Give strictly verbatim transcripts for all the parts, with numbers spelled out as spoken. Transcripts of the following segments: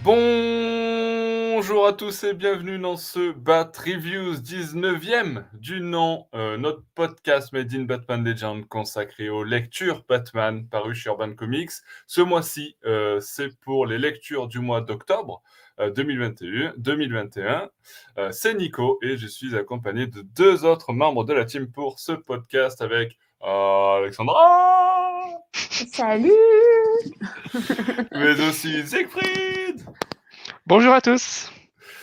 Bonjour à tous et bienvenue dans ce Bat Reviews dix-neuvième du nom, euh, notre podcast Made in Batman Legend consacré aux lectures Batman paru chez Urban Comics. Ce mois-ci, euh, c'est pour les lectures du mois d'octobre euh, deux mille vingt et un. deux mille vingt et un. Euh, c'est Nico et je suis accompagné de deux autres membres de la team pour ce podcast avec euh, Alexandra Salut. mais aussi Siegfried. Bonjour à tous.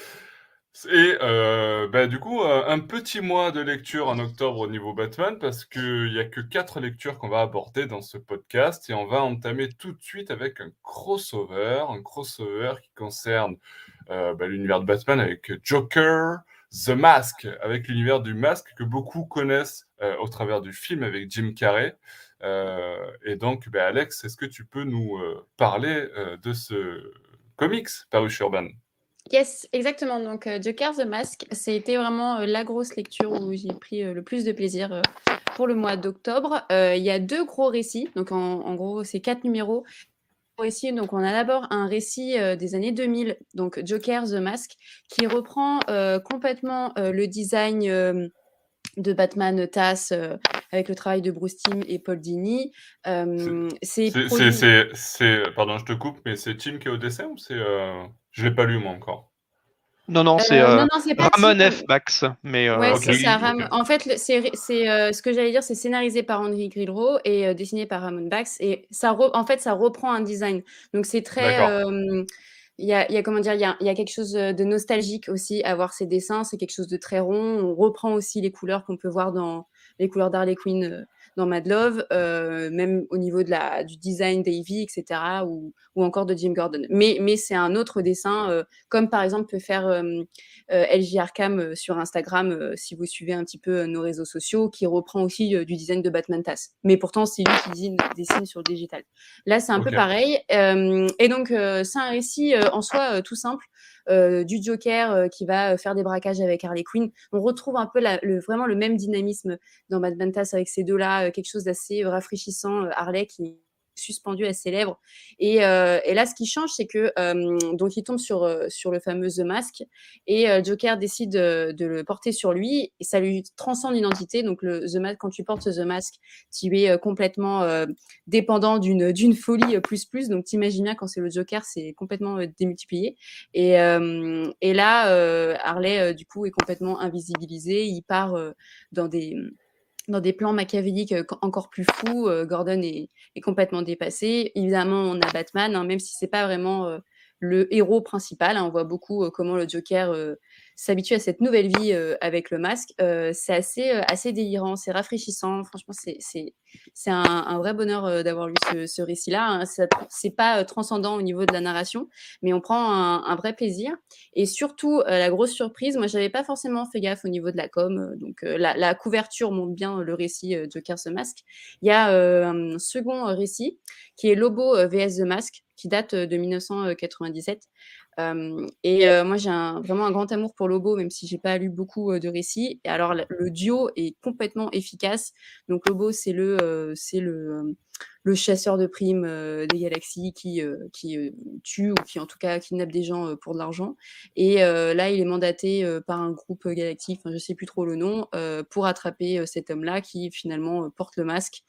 Et euh, bah, du coup, euh, un petit mois de lecture en octobre au niveau Batman, parce qu'il n'y a que quatre lectures qu'on va aborder dans ce podcast, et on va entamer tout de suite avec un crossover, un crossover qui concerne euh, bah, l'univers de Batman avec Joker, The Mask, avec l'univers du masque que beaucoup connaissent euh, au travers du film avec Jim Carrey. Euh, et donc, bah, Alex, est-ce que tu peux nous euh, parler euh, de ce comics paru chez Urban? Yes, exactement. Donc, euh, Joker The Mask, c'était vraiment euh, la grosse lecture où j'ai pris euh, le plus de plaisir euh, pour le mois d'octobre. Euh, Il y a deux gros récits. Donc, en, en gros, c'est quatre numéros. Récits. Donc, on a d'abord un récit euh, des années deux mille, donc Joker The Mask, qui reprend euh, complètement euh, le design euh, de Batman T A S euh, avec le travail de Bruce Timm et Paul Dini. Euh, c'est C'est, c'est, produit. c'est, c'est- pardon, je te coupe, mais c'est Tim qui est au dessin ou c'est... euh, Je l'ai pas lu, moi, encore. Non, non, c'est Euh, euh, non, non, c'est pas Tim. Ramon F. Max, mais Ouais, euh, Ok, c'est ça. lui, ok. Ram... En fait, le- c'est c'est, euh, ce que j'allais dire, c'est scénarisé par Henry Grilro et euh, dessiné par Ramon Bax. Et ça, re- en fait, ça reprend un design. Donc c'est très, D'accord. euh, il y a, il y a comment dire, il y a, il y a quelque chose de nostalgique aussi à voir ces dessins. C'est quelque chose de très rond. On reprend aussi les couleurs qu'on peut voir dans les couleurs d'Harley Quinn euh, dans Mad Love, euh, même au niveau de la du design d'Avy, et cetera, ou, ou encore de Jim Gordon. Mais mais c'est un autre dessin, euh, comme par exemple peut faire euh, euh, L J Arkham euh, sur Instagram, euh, si vous suivez un petit peu euh, nos réseaux sociaux, qui reprend aussi euh, du design de Batman T A S. Mais pourtant, c'est lui qui dessine, dessine sur le digital. Là, c'est un peu Ok. pareil. Euh, et donc, euh, c'est un récit euh, en soi euh, tout simple. Euh, du Joker euh, qui va faire des braquages avec Harley Quinn. On retrouve un peu la, le, vraiment le même dynamisme dans Batman T A S avec ces deux-là, euh, quelque chose d'assez rafraîchissant. Euh, Harley qui est suspendu à ses lèvres. Et, euh, et là, ce qui change, c'est que euh, donc il tombe sur, euh, sur le fameux The Mask et euh, Joker décide de, de le porter sur lui et ça lui transcende l'identité. Donc le The Mask, quand tu portes The Mask, tu es euh, complètement euh, dépendant d'une d'une folie euh, plus plus. Donc t'imagines bien quand c'est le Joker, c'est complètement euh, démultiplié. Et, euh, et là, euh, Harley euh, du coup est complètement invisibilisé. Il part euh, dans des dans des plans machiavéliques euh, encore plus fous. Euh, Gordon est, est complètement dépassé. Évidemment, on a Batman, hein, même si c'est pas vraiment euh, le héros principal. Hein, on voit beaucoup euh, comment le Joker euh, s'habitue à cette nouvelle vie euh, avec le masque. Euh, c'est assez, euh, assez délirant, c'est rafraîchissant. Franchement, c'est, c'est, c'est un, un vrai bonheur euh, d'avoir lu ce, ce récit-là. Hein. Ça, c'est pas euh, transcendant au niveau de la narration, mais on prend un, un vrai plaisir. Et surtout, euh, la grosse surprise, moi, j'avais pas forcément fait gaffe au niveau de la com. euh, donc, euh, la, la couverture montre bien le récit euh, Joker The Mask. Il y a euh, un second récit qui est Lobo euh, V S The Mask, qui date euh, de mille neuf cent quatre-vingt-dix-sept. Euh, et euh, moi, j'ai un, vraiment un grand amour pour Lobo, même si j'ai pas lu beaucoup euh, de récits. Et alors, le, le duo est complètement efficace. Donc, Lobo, c'est le, euh, c'est le, euh, le chasseur de primes euh, des galaxies qui, euh, qui euh, tue ou qui, en tout cas, kidnappe des gens euh, pour de l'argent. Et euh, là, il est mandaté euh, par un groupe galactique, enfin, je sais plus trop le nom, euh, pour attraper euh, cet homme-là qui, finalement, euh, porte le masque.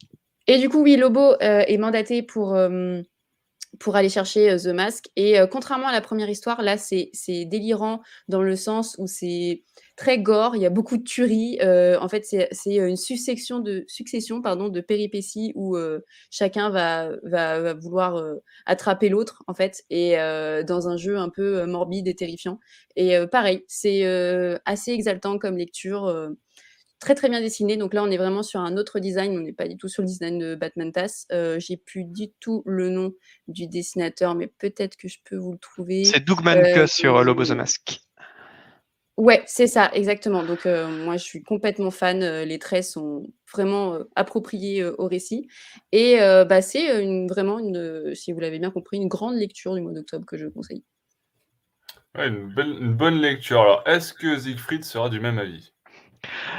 Et du coup, oui, Lobo euh, est mandaté pour... Euh, pour aller chercher euh, The Mask. Et euh, contrairement à la première histoire, là, c'est c'est délirant dans le sens où c'est très gore, il y a beaucoup de tueries. Euh, en fait, c'est c'est une succession de, succession, pardon, de péripéties où euh, chacun va, va, va vouloir euh, attraper l'autre, en fait, et euh, dans un jeu un peu euh, morbide et terrifiant. Et euh, pareil, c'est euh, assez exaltant comme lecture. Euh, très très bien dessiné. Donc là, on est vraiment sur un autre design. On n'est pas du tout sur le design de Batman T A S. Euh, j'ai plus du tout le nom du dessinateur, mais peut-être que je peux vous le trouver. c'est Doug Euh, Mahnke sur euh, Lobo the Mask. ouais, c'est ça, exactement. Donc euh, moi, je suis complètement fan. Euh, les traits sont vraiment euh, appropriés euh, au récit. Et euh, bah, c'est une, vraiment, une, si vous l'avez bien compris, une grande lecture du mois d'octobre que je conseille. Ouais, une, belle, une bonne lecture. Alors, est-ce que Siegfried sera du même avis?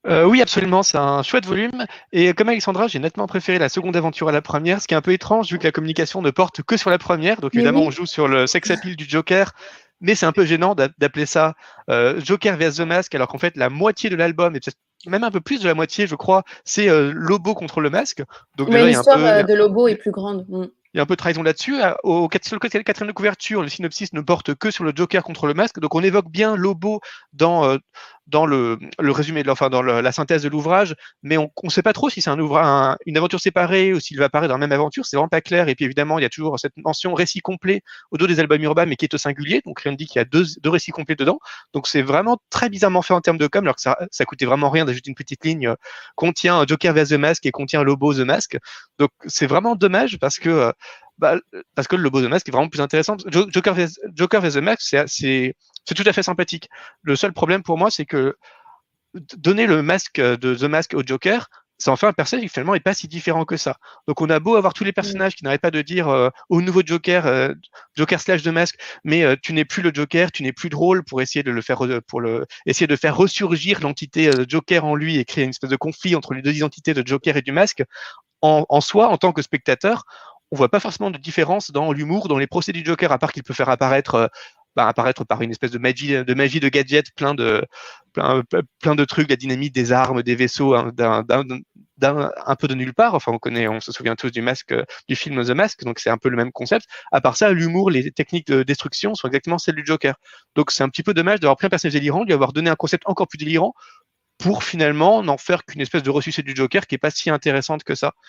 Euh, oui, absolument, c'est un chouette volume. Et comme Alexandra, j'ai nettement préféré la seconde aventure à la première, ce qui est un peu étrange vu que la communication ne porte que sur la première. Donc Mais évidemment, oui. on joue sur le sex appeal du Joker, mais c'est un peu gênant d'a- d'appeler ça euh, Joker vs The Mask, alors qu'en fait, la moitié de l'album, et peut-être même un peu plus de la moitié, je crois, c'est euh, Lobo contre le masque. Donc Ouais, déjà, il y a un l'histoire peu, euh, de Lobo est plus grande. Mm. il y a un peu de trahison là-dessus. À- Au, quat- sur le côté- quatrième de couverture, le synopsis ne porte que sur le Joker contre le masque. Donc on évoque bien Lobo dans, euh, dans le, le résumé, de, enfin dans le- la synthèse de l'ouvrage, mais on ne sait pas trop si c'est un ouvra- un- une aventure séparée ou s'il va apparaître dans la même aventure. C'est vraiment pas clair. Et puis évidemment, il y a toujours cette mention récit complet au dos des albums urbains, mais qui est au singulier. Donc rien ne dit qu'il y a deux, deux récits complets dedans. Donc c'est vraiment très bizarrement fait en termes de com, alors que ça, ça coûtait vraiment rien d'ajouter une petite ligne euh, contient Joker vs The Mask et contient Lobo The Mask. Donc c'est vraiment dommage parce que euh, bah, parce que le Lobo The Mask est vraiment plus intéressant. Joker vs Joker vs The Mask, c'est c'est c'est tout à fait sympathique. Le seul problème pour moi, c'est que donner le masque de The Mask au Joker, ça en fait un personnage qui finalement n'est pas si différent que ça. Donc on a beau avoir tous les personnages qui n'arrêtent pas de dire euh, au nouveau Joker, euh, Joker slash The Mask, mais euh, tu n'es plus le Joker, tu n'es plus drôle pour essayer de le faire pour le essayer de faire ressurgir l'entité euh, Joker en lui et créer une espèce de conflit entre les deux identités de Joker et du Masque. En, en soi, en tant que spectateur, on voit pas forcément de différence dans l'humour, dans les procès du Joker, à part qu'il peut faire apparaître, euh, bah, apparaître par une espèce de magie, de magie de gadgets, plein de, plein, plein de trucs, la dynamite, des armes, des vaisseaux, hein, d'un, d'un, d'un, un peu de nulle part. Enfin, on connaît, on se souvient tous du masque, du film The Mask, donc c'est un peu le même concept. À part ça, l'humour, les techniques de destruction sont exactement celles du Joker. Donc c'est un petit peu dommage d'avoir pris un personnage délirant, lui avoir donné un concept encore plus délirant, pour finalement n'en faire qu'une espèce de ressuscité du Joker qui est pas si intéressante que ça.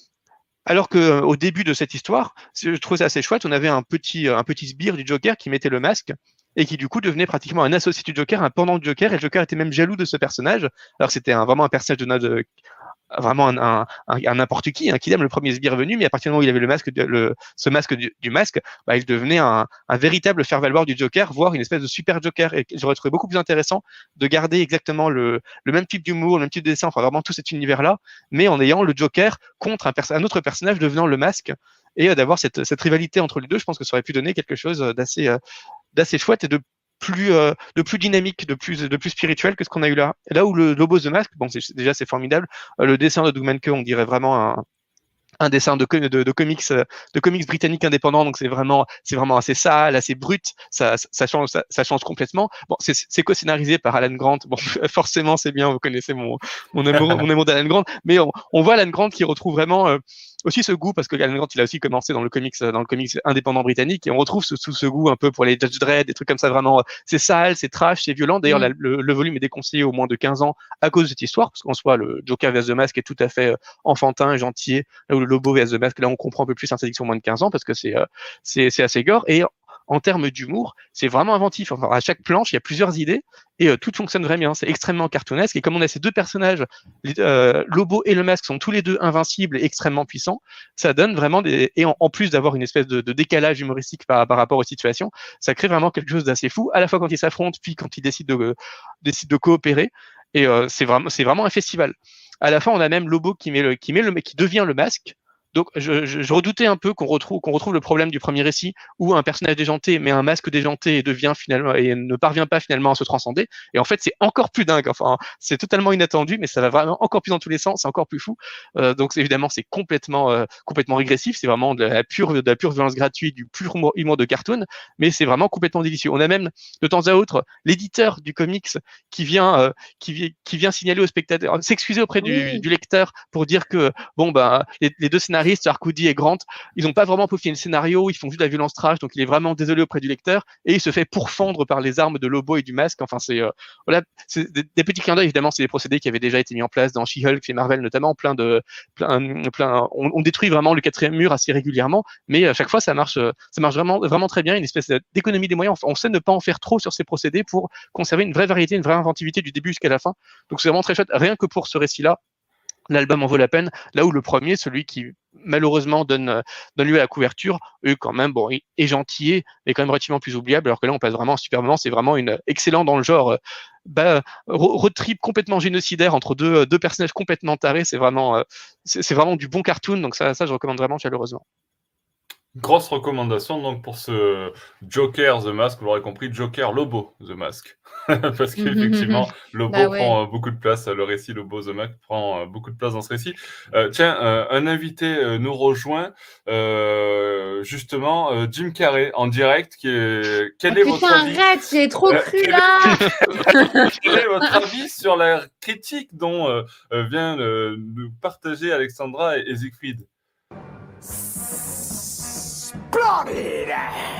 Alors que au début de cette histoire, je trouve ça assez chouette, on avait un petit, un petit sbire du Joker qui mettait le masque et qui du coup devenait pratiquement un associé du Joker, un pendant du Joker, et le Joker était même jaloux de ce personnage. Alors c'était un, vraiment un personnage de, de vraiment un, un, un, un n'importe qui, hein, qui aime le premier sbire venu, mais à partir du moment où il avait le masque, le, ce masque du, du masque, bah, il devenait un, un véritable faire-valoir du Joker, voire une espèce de super Joker. Et j'aurais trouvé beaucoup plus intéressant de garder exactement le, le même type d'humour, le même type de dessin, enfin vraiment tout cet univers-là, mais en ayant le Joker contre un, un autre personnage devenant le masque, et euh, d'avoir cette, cette rivalité entre les deux. Je pense que ça aurait pu donner quelque chose d'assez, euh, d'assez chouette et de plus euh, de plus dynamique, de plus de plus spirituel que ce qu'on a eu là. Là où le Lobo The Mask, bon, c'est, déjà c'est formidable. Euh, le dessin de Doug Mahnke, on dirait vraiment un, un dessin de, de, de comics de comics britanniques indépendants, donc c'est vraiment c'est vraiment assez sale, assez brut, ça ça change ça, ça change complètement. Bon, c'est, c'est co-scénarisé par Alan Grant. Bon, forcément c'est bien, vous connaissez mon mon amour mon amour d'Alan Grant, mais on, on voit Alan Grant qui retrouve vraiment euh, aussi ce goût, parce que Alan Grant il a aussi commencé dans le comics dans le comics indépendant britannique, et on retrouve ce, ce, ce goût un peu pour les Judge Dredd, des trucs comme ça, vraiment c'est sale, c'est trash, c'est violent. D'ailleurs, mm. la, le, le volume est déconseillé au moins de quinze ans à cause de cette histoire, parce qu'en soi le Joker vs The Mask est tout à fait enfantin et gentil, là où le Lobo vs The Mask, là on comprend un peu plus l'interdiction moins de quinze ans, parce que c'est euh, c'est, c'est assez gore. Et en termes d'humour, c'est vraiment inventif. Enfin, à chaque planche, il y a plusieurs idées et euh, tout fonctionne vraiment bien. C'est extrêmement cartoonesque. Et comme on a ces deux personnages, euh, Lobo et le Masque sont tous les deux invincibles et extrêmement puissants, ça donne vraiment des. Et en, en plus d'avoir une espèce de, de décalage humoristique par, par rapport aux situations, ça crée vraiment quelque chose d'assez fou, à la fois quand ils s'affrontent, puis quand ils décident de, euh, décident de coopérer. Et euh, c'est vraiment, c'est vraiment un festival. À la fin, on a même Lobo qui met le, qui met le, qui devient le Masque. Donc, je, je, je redoutais un peu qu'on retrouve, qu'on retrouve le problème du premier récit, où un personnage déjanté met un masque déjanté et devient finalement et ne parvient pas finalement à se transcender. Et en fait, c'est encore plus dingue. Enfin, c'est totalement inattendu, mais ça va vraiment encore plus dans tous les sens, c'est encore plus fou. Euh, donc, évidemment, c'est complètement, euh, complètement régressif. C'est vraiment de la pure, de la pure violence gratuite, du pur humour, humour de cartoon, mais c'est vraiment complètement délicieux. On a même de temps à autre l'éditeur du comics qui vient, euh, qui, qui vient signaler au spectateur, s'excuser auprès du, oui. du lecteur pour dire que bon, bah, les, les deux scénaristes, Arcudi et Grant, ils n'ont pas vraiment peaufiné le scénario, ils font juste de la violence trash, donc il est vraiment désolé auprès du lecteur, et il se fait pourfendre par les armes de Lobo et du Masque. Enfin, c'est, euh, voilà, c'est des, des petits clins d'œil, évidemment, c'est des procédés qui avaient déjà été mis en place dans She-Hulk et Marvel, notamment, plein de, plein, plein, on, on détruit vraiment le quatrième mur assez régulièrement, mais à chaque fois, ça marche, ça marche vraiment, vraiment très bien, une espèce d'économie des moyens. On sait ne pas en faire trop sur ces procédés pour conserver une vraie variété, une vraie inventivité du début jusqu'à la fin. Donc c'est vraiment très chouette, rien que pour ce récit-là. L'album en vaut la peine, là où le premier, celui qui malheureusement donne, donne lieu à la couverture, eux quand même, bon, est gentil, mais quand même relativement plus oubliable, alors que là on passe vraiment un super moment, c'est vraiment une excellent dans le genre, bah, road trip complètement génocidaire entre deux, deux personnages complètement tarés, c'est vraiment, c'est, c'est vraiment du bon cartoon, donc ça, ça je recommande vraiment chaleureusement. Grosse recommandation donc pour ce Joker The Mask, vous l'aurez compris, Joker Lobo The Mask. Parce qu'effectivement, Lobo Bah ouais. prend euh, beaucoup de place, le récit Lobo The Mask prend euh, beaucoup de place dans ce récit. Euh, tiens, euh, un invité euh, nous rejoint, euh, justement, euh, Jim Carrey, en direct, qui est... Quel Oh est votre putain, avis arrête, j'ai trop Euh, cru quel est- là. Quel est votre avis sur la critique dont euh, euh, vient euh, nous partager Alexandra et, et Siegfried? Splendide!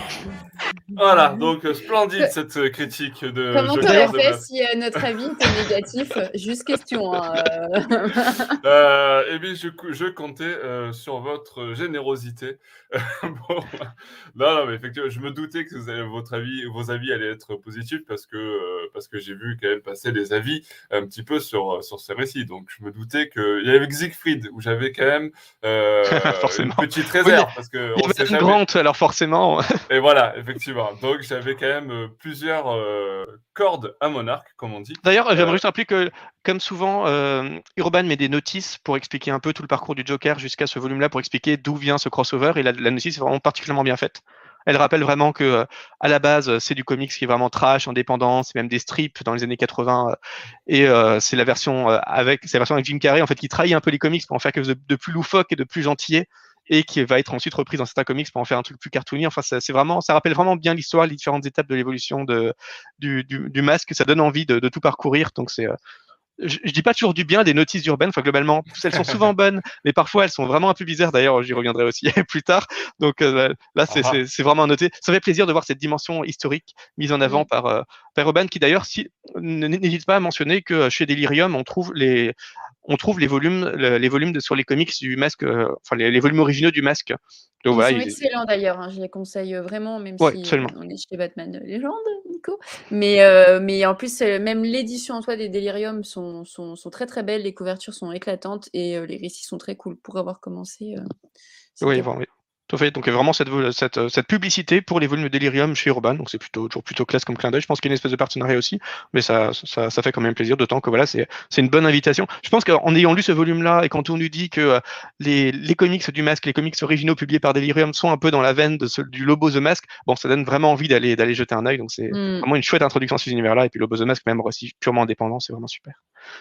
Voilà, donc euh, splendide cette euh, critique de Comment Joker t'aurais The fait Mask. si euh, notre avis était négatif? Juste question. Hein, euh. Euh, eh bien, je, cou- je comptais euh, sur votre générosité. Bon, non, non, mais effectivement, je me doutais que vous avez- votre avis, vos avis allaient être positifs parce que, euh, parce que j'ai vu quand même passer des avis un petit peu sur, sur ces récits. Donc, je me doutais qu'il y avait Siegfried où j'avais quand même euh, Forcément. une petite réserve parce Il y qu'on avait sait Adam jamais. Grant, alors forcément. Et voilà, effectivement. Donc, j'avais quand même euh, plusieurs euh, cordes à mon arc, comme on dit. D'ailleurs, j'aimerais Euh, juste rappeler que, comme souvent, euh, Urban met des notices pour expliquer un peu tout le parcours du Joker jusqu'à ce volume-là, pour expliquer d'où vient ce crossover. Et la, la notice est vraiment particulièrement bien faite. Elle rappelle vraiment que, euh, à la base, c'est du comics qui est vraiment trash, indépendant, c'est même des strips dans les années quatre-vingts. euh, et euh, c'est la version euh, avec, c'est la version avec Jim Carrey en fait qui trahit un peu les comics pour en faire quelque chose de, de plus loufoque et de plus gentillet, et qui va être ensuite reprise dans certains comics pour en faire un truc plus cartoony. Enfin, ça, c'est vraiment, ça rappelle vraiment bien l'histoire, les différentes étapes de l'évolution de, du, du, du masque. Ça donne envie de, de tout parcourir. Donc c'est, euh, je, je dis pas toujours du bien des notices urbaines. Enfin, globalement, elles sont souvent bonnes, mais parfois elles sont vraiment un peu bizarres. D'ailleurs, j'y reviendrai aussi plus tard. Donc euh, là, c'est, Ah. c'est, c'est vraiment à noter. Ça fait plaisir de voir cette dimension historique mise en avant Mm. par, euh, par Urban, qui d'ailleurs, si, n- n'hésite pas à mentionner que chez Delirium, on trouve les on trouve les volumes, le- les volumes de, sur les comics du masque, euh, enfin les, les volumes originaux du masque. Donc Ils voilà, sont ils- excellents d'ailleurs, hein, je les conseille euh, vraiment, même Ouais, si euh, absolument. on est chez Batman Légende, Nico. Mais, euh, mais en plus, euh, même l'édition en soi des Delirium sont, sont, sont très très belles, les couvertures sont éclatantes et euh, les récits sont très cool. Pour avoir commencé, euh, Oui, c'était vraiment, oui. Tout à fait. Donc il y a vraiment cette, vol- cette, euh, cette publicité pour les volumes de Delirium chez Urban. Donc c'est plutôt toujours plutôt classe comme clin d'œil. Je pense qu'il y a une espèce de partenariat aussi, mais ça, ça, ça fait quand même plaisir, d'autant que voilà, c'est c'est une bonne invitation. Je pense qu'en ayant lu ce volume-là et quand on nous dit que euh, les, les comics du Masque, les comics originaux publiés par Delirium sont un peu dans la veine de ce, du Lobo The Mask, bon, ça donne vraiment envie d'aller d'aller jeter un œil. Donc c'est Mm. vraiment une chouette introduction à cet univers-là. Et puis Lobo The Mask, même aussi purement indépendant, c'est vraiment super.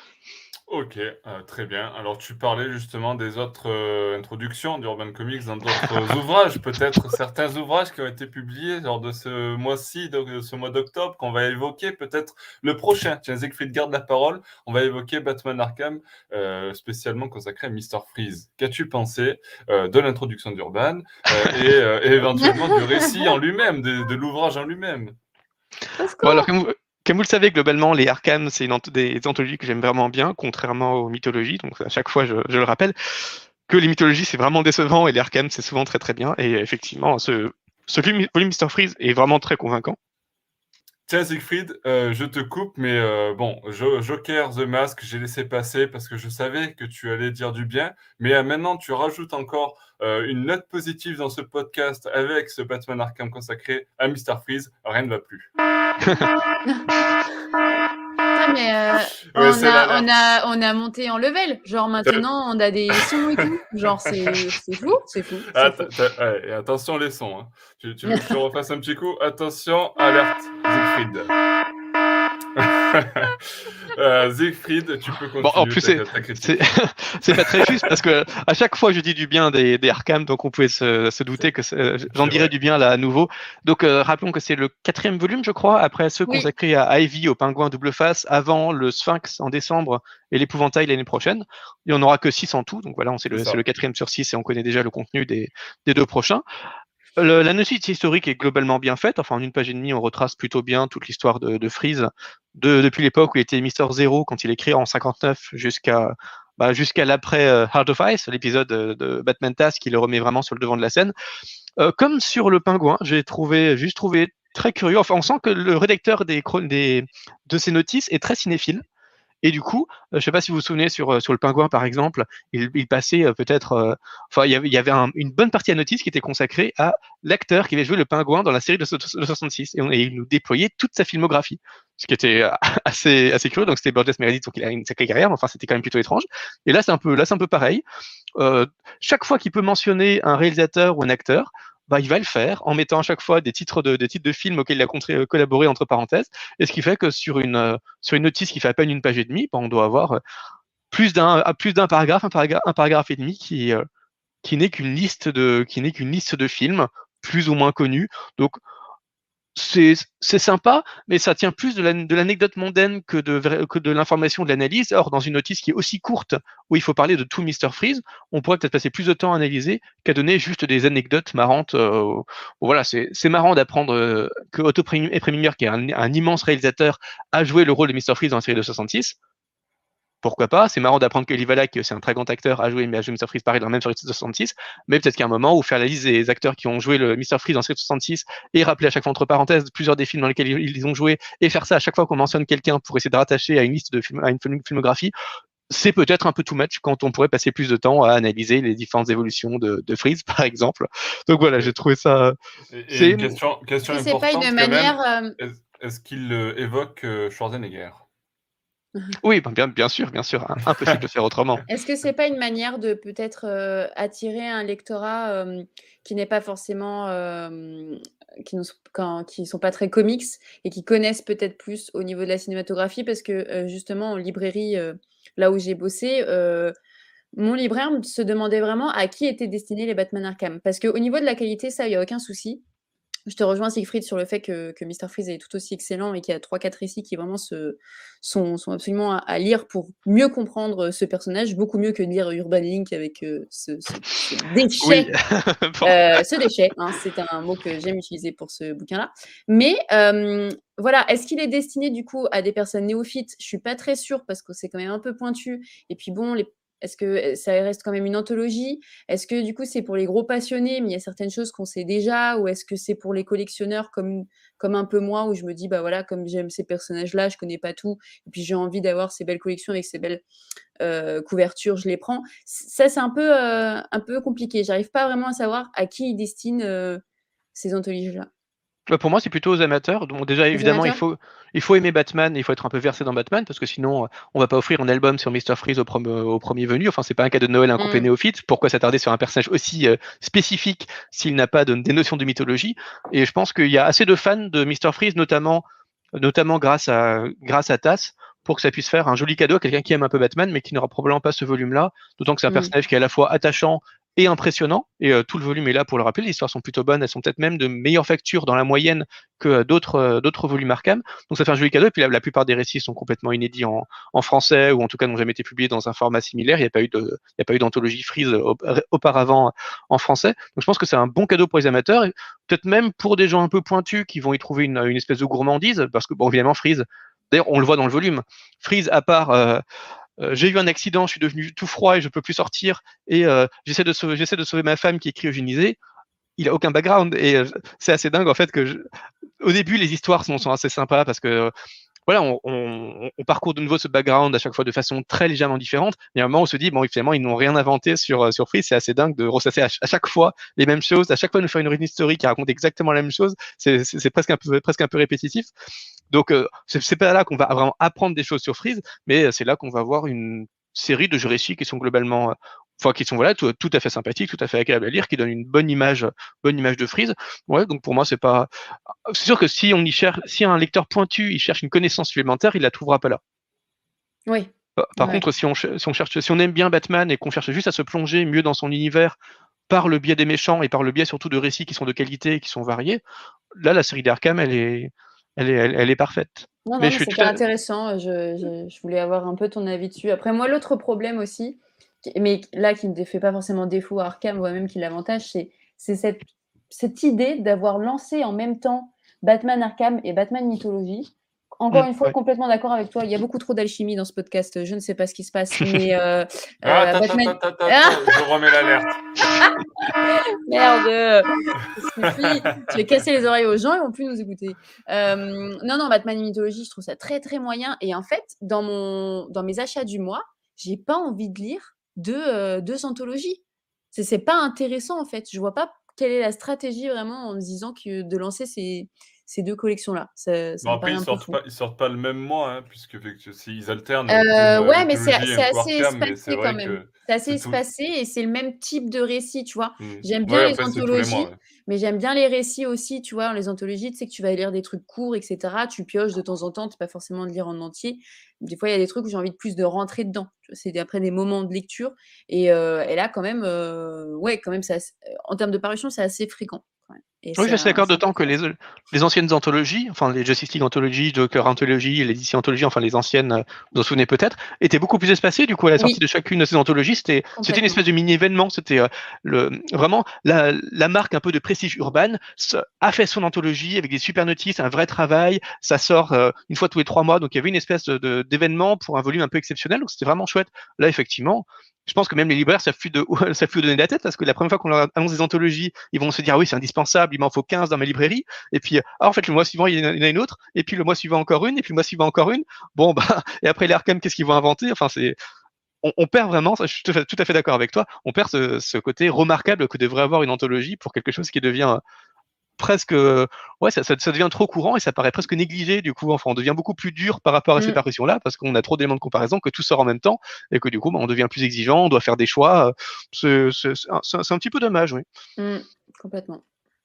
Ok, euh, très bien. Alors, tu parlais justement des autres euh, introductions d'Urban Comics dans d'autres ouvrages, peut-être certains ouvrages qui ont été publiés lors de ce mois-ci, de ce mois d'octobre, qu'on va évoquer, peut-être le prochain. Tiens, Siegfried garde la parole. On va évoquer Batman Arkham, euh, spécialement consacré à mister Freeze. Qu'as-tu pensé euh, de l'introduction d'Urban euh, et, euh, et éventuellement du récit en lui-même, de, de l'ouvrage en lui-même? Bon, alors, comme vous, comme vous le savez, globalement, les Arkham, c'est une anth- des anthologies que j'aime vraiment bien, contrairement aux mythologies. Donc, à chaque fois, je, je le rappelle, que les mythologies, c'est vraiment décevant et les Arkham, c'est souvent très très bien. Et effectivement, ce, ce volume volume mister Freeze est vraiment très convaincant. Tiens, Siegfried, euh, je te coupe, mais euh, bon, Jo- Joker The Mask, j'ai laissé passer parce que je savais que tu allais dire du bien, mais euh, maintenant tu rajoutes encore euh, une note positive dans ce podcast avec ce Batman Arkham consacré à mister Freeze, rien ne va plus. Putain, mais euh, Ouais, on, c'est a, l'alerte. on, a, on a monté en level. Genre maintenant, on a des sons et tout. Genre, c'est c'est fou, c'est fou. c'est Ah, fou. t'as- t'as- ouais, et attention les sons. Hein. Tu, tu veux que je te refasse un petit coup? Attention, alerte, Siegfried. euh, Siegfried, tu peux continuer Bon, en plus, ta, c'est ta critique. c'est c'est pas très juste parce que à chaque fois, je dis du bien des, des Arkham, donc on pouvait se, se douter que c'est- j'en C'est dirais vrai. du bien là à nouveau. Donc, euh, rappelons que c'est le quatrième volume, je crois, après ceux Oui. consacrés à Ivy, au pingouin double face, avant le Sphinx en décembre et l'épouvantail l'année prochaine. Il n'y en aura que six en tout, donc voilà, on- c'est le, C'est ça. c'est le quatrième sur six et on connaît déjà le contenu des, des deux prochains. Le- la notice historique est globalement bien faite. Enfin, en une page et demie, on retrace plutôt bien toute l'histoire de, de Freeze, de, depuis l'époque où il était mister Zero, quand il écrit en cinquante-neuf, jusqu'à bah, jusqu'à l'après euh, Heart of Ice, l'épisode de, de Batman Task, qui le remet vraiment sur le devant de la scène. Euh, comme sur le pingouin, j'ai trouvé, juste trouvé très curieux. Enfin, on sent que le rédacteur des, chron- des, de ces notices est très cinéphile. Et du coup, euh, je ne sais pas si vous vous souvenez, sur, euh, sur le pingouin, par exemple, il, il passait euh, peut-être... euh, Enfin, il y avait, il y avait un- une bonne partie à notice qui était consacrée à l'acteur qui avait joué le pingouin dans la série de, so- de soixante-six. Et, on, et il nous déployait toute sa filmographie, ce qui était euh, assez, assez curieux. Donc, c'était Burgess Meredith, donc il a une sacrée carrière, mais enfin, c'était quand même plutôt étrange. Et là, c'est un peu, là, c'est un peu pareil. Euh, chaque fois qu'il peut mentionner un réalisateur ou un acteur, bah, il va le faire en mettant à chaque fois des titres de, des titres de films auxquels il a contré- collaboré entre parenthèses. Et ce qui fait que sur une, euh, sur une notice qui fait à peine une page et demie, bah, on doit avoir euh, plus d'un, à plus d'un paragraphe, un paragraphe, un paragraphe et demi qui, euh, qui n'est qu'une liste de, qui n'est qu'une liste de films plus ou moins connus. Donc, c'est c'est sympa, mais ça tient plus de la- de l'anecdote mondaine que de, vra- que de l'information, de l'analyse. Or, dans une notice qui est aussi courte, où il faut parler de tout mister Freeze, on pourrait peut-être passer plus de temps à analyser qu'à donner juste des anecdotes marrantes. euh, voilà, c'est c'est marrant d'apprendre euh, que Otto Preminger, qui est un, un immense réalisateur, a joué le rôle de mister Freeze dans la série de soixante-six. Pourquoi pas? C'est marrant d'apprendre que Elie Valac, qui est aussi un très grand acteur, a joué, a joué mister Freeze pareil dans la même série de soixante-six. Mais peut-être qu'il y a un moment où faire la liste des acteurs qui ont joué le mister Freeze dans la série de soixante-six et rappeler à chaque fois entre parenthèses plusieurs des films dans lesquels ils, ils ont joué et faire ça à chaque fois qu'on mentionne quelqu'un pour essayer de rattacher à une liste de films, à une film- filmographie, c'est peut-être un peu too much quand on pourrait passer plus de temps à analyser les différentes évolutions de, de Freeze, par exemple. Donc voilà, j'ai trouvé ça. Et, et C'est une question, question Est-ce que c'est pas importante une quand même, manière... euh, est-ce, est-ce qu'il euh, évoque euh, Schwarzenegger? oui, ben, bien, bien sûr, bien sûr, hein, impossible de faire autrement. Est-ce que c'est pas une manière de peut-être euh, attirer un lectorat euh, qui n'est pas forcément, euh, qui ne sont, quand- qui sont pas très comics et qui connaissent peut-être plus au niveau de la cinématographie parce que euh, justement en librairie, euh, là où j'ai bossé, euh, mon libraire se demandait vraiment à qui étaient destinés les Batman Arkham. Parce qu'au niveau de la qualité, ça, il n'y a aucun souci. Je te rejoins, Siegfried, sur le fait que, que mister Freeze est tout aussi excellent et qu'il y a trois quatre récits qui vraiment se, sont, sont absolument à, à lire pour mieux comprendre ce personnage, beaucoup mieux que de lire Urban Link avec euh, ce, ce- ce déchet. Oui. Bon. Euh, ce déchet, hein, c'est un mot que j'aime utiliser pour ce bouquin-là. Mais euh, voilà, est-ce qu'il est destiné du coup à des personnes néophytes? Je suis pas très sûre parce que c'est quand même un peu pointu. Et puis bon, les- est-ce que ça reste quand même une anthologie? Est-ce que du coup c'est pour les gros passionnés, mais il y a certaines choses qu'on sait déjà? Ou est-ce que c'est pour les collectionneurs comme, comme un peu moi, où je me dis, bah voilà, comme j'aime ces personnages-là, je connais pas tout, et puis j'ai envie d'avoir ces belles collections avec ces belles euh, couvertures, je les prends. Ça, c'est un peu, euh, un peu compliqué. J'arrive pas vraiment à savoir à qui ils destinent euh, ces anthologies-là. Bah, pour moi, c'est plutôt aux amateurs. Donc déjà, Aux évidemment, il amateurs? faut, il faut aimer Batman, il faut être un peu versé dans Batman, parce que sinon, euh, on va pas offrir un album sur mister Freeze au, prom- au premier venu. Enfin, c'est pas un cadeau de Noël à un complet Mm. néophyte. Pourquoi s'attarder sur un personnage aussi euh, spécifique s'il n'a pas de, des notions de mythologie? Et je pense qu'il y a assez de fans de mister Freeze, notamment, notamment grâce à, grâce à Tass, pour que ça puisse faire un joli cadeau à quelqu'un qui aime un peu Batman, mais qui n'aura probablement pas ce volume-là. D'autant que c'est un Mm. personnage qui est à la fois attachant et impressionnant. Et euh, tout le volume est là pour le rappeler. Les histoires sont plutôt bonnes. Elles sont peut-être même de meilleure facture dans la moyenne que euh, d'autres euh, d'autres volumes Arkham. Donc ça fait un joli cadeau. Et puis la, la plupart des récits sont complètement inédits en, en français ou en tout cas n'ont jamais été publiés dans un format similaire. Il n'y a pas eu de, il y a pas eu d'anthologie Freeze auparavant en français. Donc je pense que c'est un bon cadeau pour les amateurs. Et peut-être même pour des gens un peu pointus qui vont y trouver une, une espèce de gourmandise, parce que bon évidemment Freeze. D'ailleurs, on le voit dans le volume. Freeze, à part euh, euh, j'ai eu un accident, je suis devenu tout froid et je peux plus sortir et euh, j'essaie de sauver, j'essaie de sauver ma femme qui est cryogénisée. Il a aucun background et euh, c'est assez dingue en fait que je... au début les histoires sont, sont assez sympas parce que voilà, on, on, on, parcourt de nouveau ce background à chaque fois de façon très légèrement différente. Il y a un moment où on se dit, bon, finalement, ils n'ont rien inventé sur, sur Freeze. C'est assez dingue de ressasser à, à chaque fois les mêmes choses, à chaque fois nous faire une, une story qui raconte exactement la même chose. C'est, c'est, c'est presque, un peu, presque un peu répétitif. Donc, euh, c'est, c'est pas là qu'on va vraiment apprendre des choses sur Freeze, mais c'est là qu'on va voir une série de jeux récits qui sont globalement, euh, enfin, qui sont voilà, tout, tout à fait sympathiques, tout à fait agréables à lire, qui donnent une bonne image, bonne image de Freeze. Ouais, donc pour moi, c'est pas, c'est sûr que si on y cherche, si un lecteur pointu, il cherche une connaissance supplémentaire, il la trouvera pas là. Oui. Par, par Ouais. contre, si on, si on cherche, si on aime bien Batman et qu'on cherche juste à se plonger mieux dans son univers par le biais des méchants et par le biais surtout de récits qui sont de qualité et qui sont variés, là, la série d'Arkham, elle est, elle est, elle, elle est parfaite. Non, non, mais mais je suis c'est tout à... intéressant. Je, je, je voulais avoir un peu ton avis dessus. Après, moi, l'autre problème aussi, qui- mais là, qui ne fait pas forcément défaut à Arkham, voire même qui l'avantage, c'est, c'est cette, cette idée d'avoir lancé en même temps Batman Arkham et Batman Mythologie. Encore Mmh, une fois, ouais. complètement d'accord avec toi. Il y a beaucoup trop d'alchimie dans ce podcast. Je ne sais pas ce qui se passe, mais euh, Ah, euh, attends, Batman. attends, attends, attends, je remets l'alerte. Merde, ça suffit. Je vais casser les oreilles aux gens, ils vont plus nous écouter. Euh, non, non, Batman Mythologie, je trouve ça très très moyen. Et en fait, dans mon, dans mes achats du mois, j'ai pas envie de lire deux, euh, deux anthologies. C'est, c'est pas intéressant en fait. Je vois pas quelle est la stratégie vraiment en me disant que de lancer ces, ces deux collections-là. Ça, ça Bon, me après, paraît ils un peu sortent fou. pas, ils sortent pas le même mois, hein, puisque effectivement, si ils alternent Euh, Doom euh, ouais, mais c'est Mythology c'est et assez Arkham, mais c'est espacé quand vrai même. que C'est assez c'est tout. espacé et c'est le même type de récit, tu vois. Hmm. J'aime bien Ouais, les après, c'est tous les mois. anthologies, Ouais. mais j'aime bien les récits aussi, tu vois. Les anthologies, tu sais que tu vas lire des trucs courts, et cetera. Tu pioches de temps en temps, tu pas forcément de lire en entier. Des fois, il y a des trucs où j'ai envie de plus de rentrer dedans. Tu vois, c'est des- après des moments de lecture. Et, euh, et là, quand même, euh, ouais, quand même, c'est assez- euh, en termes de parution, c'est assez fréquent, quand même. Et Oui, c'est je suis un- d'accord, c'est d'autant que les, intéressant. les anciennes anthologies, enfin les Justice League Anthology, Joker Anthology, les D C Anthology, enfin les anciennes, euh, vous vous en souvenez peut-être, étaient beaucoup plus espacées. Du coup, à la sortie Oui, de chacune de ces anthologies, c'était c'était une complètement. espèce de mini-événement. C'était euh, le vraiment la, la marque un peu de prestige urbain s- a fait son anthologie avec des super notices, un vrai travail. Ça sort euh, une fois tous les trois mois, donc il y avait une espèce de- de- d'événement pour un volume un peu exceptionnel. Donc c'était vraiment chouette. Là, effectivement. Je pense que même les libraires savent plus de savent plus où donner la tête parce que la première fois qu'on leur annonce des anthologies, ils vont se dire ah oui c'est indispensable, il m'en faut quinze dans ma librairie. Et puis ah en fait le mois suivant il y en a, il y en a une autre, et puis le mois suivant encore une, et puis le mois suivant encore une. Bon bah et après les Arkham qu'est-ce qu'ils vont inventer? Enfin c'est on, on perd vraiment, ça, je suis tout à fait, tout à fait d'accord avec toi, on perd ce, ce côté remarquable que devrait avoir une anthologie pour quelque chose qui devient euh, presque ouais ça, ça, ça devient trop courant et ça paraît presque négligé du coup. Enfin on devient beaucoup plus dur par rapport à ces Mm, parutions là parce qu'on a trop d'éléments de comparaison, que tout sort en même temps et que du coup bah, on devient plus exigeant, on doit faire des choix. C'est c'est- c'est un, c'est un petit peu dommage, oui. mm, complètement.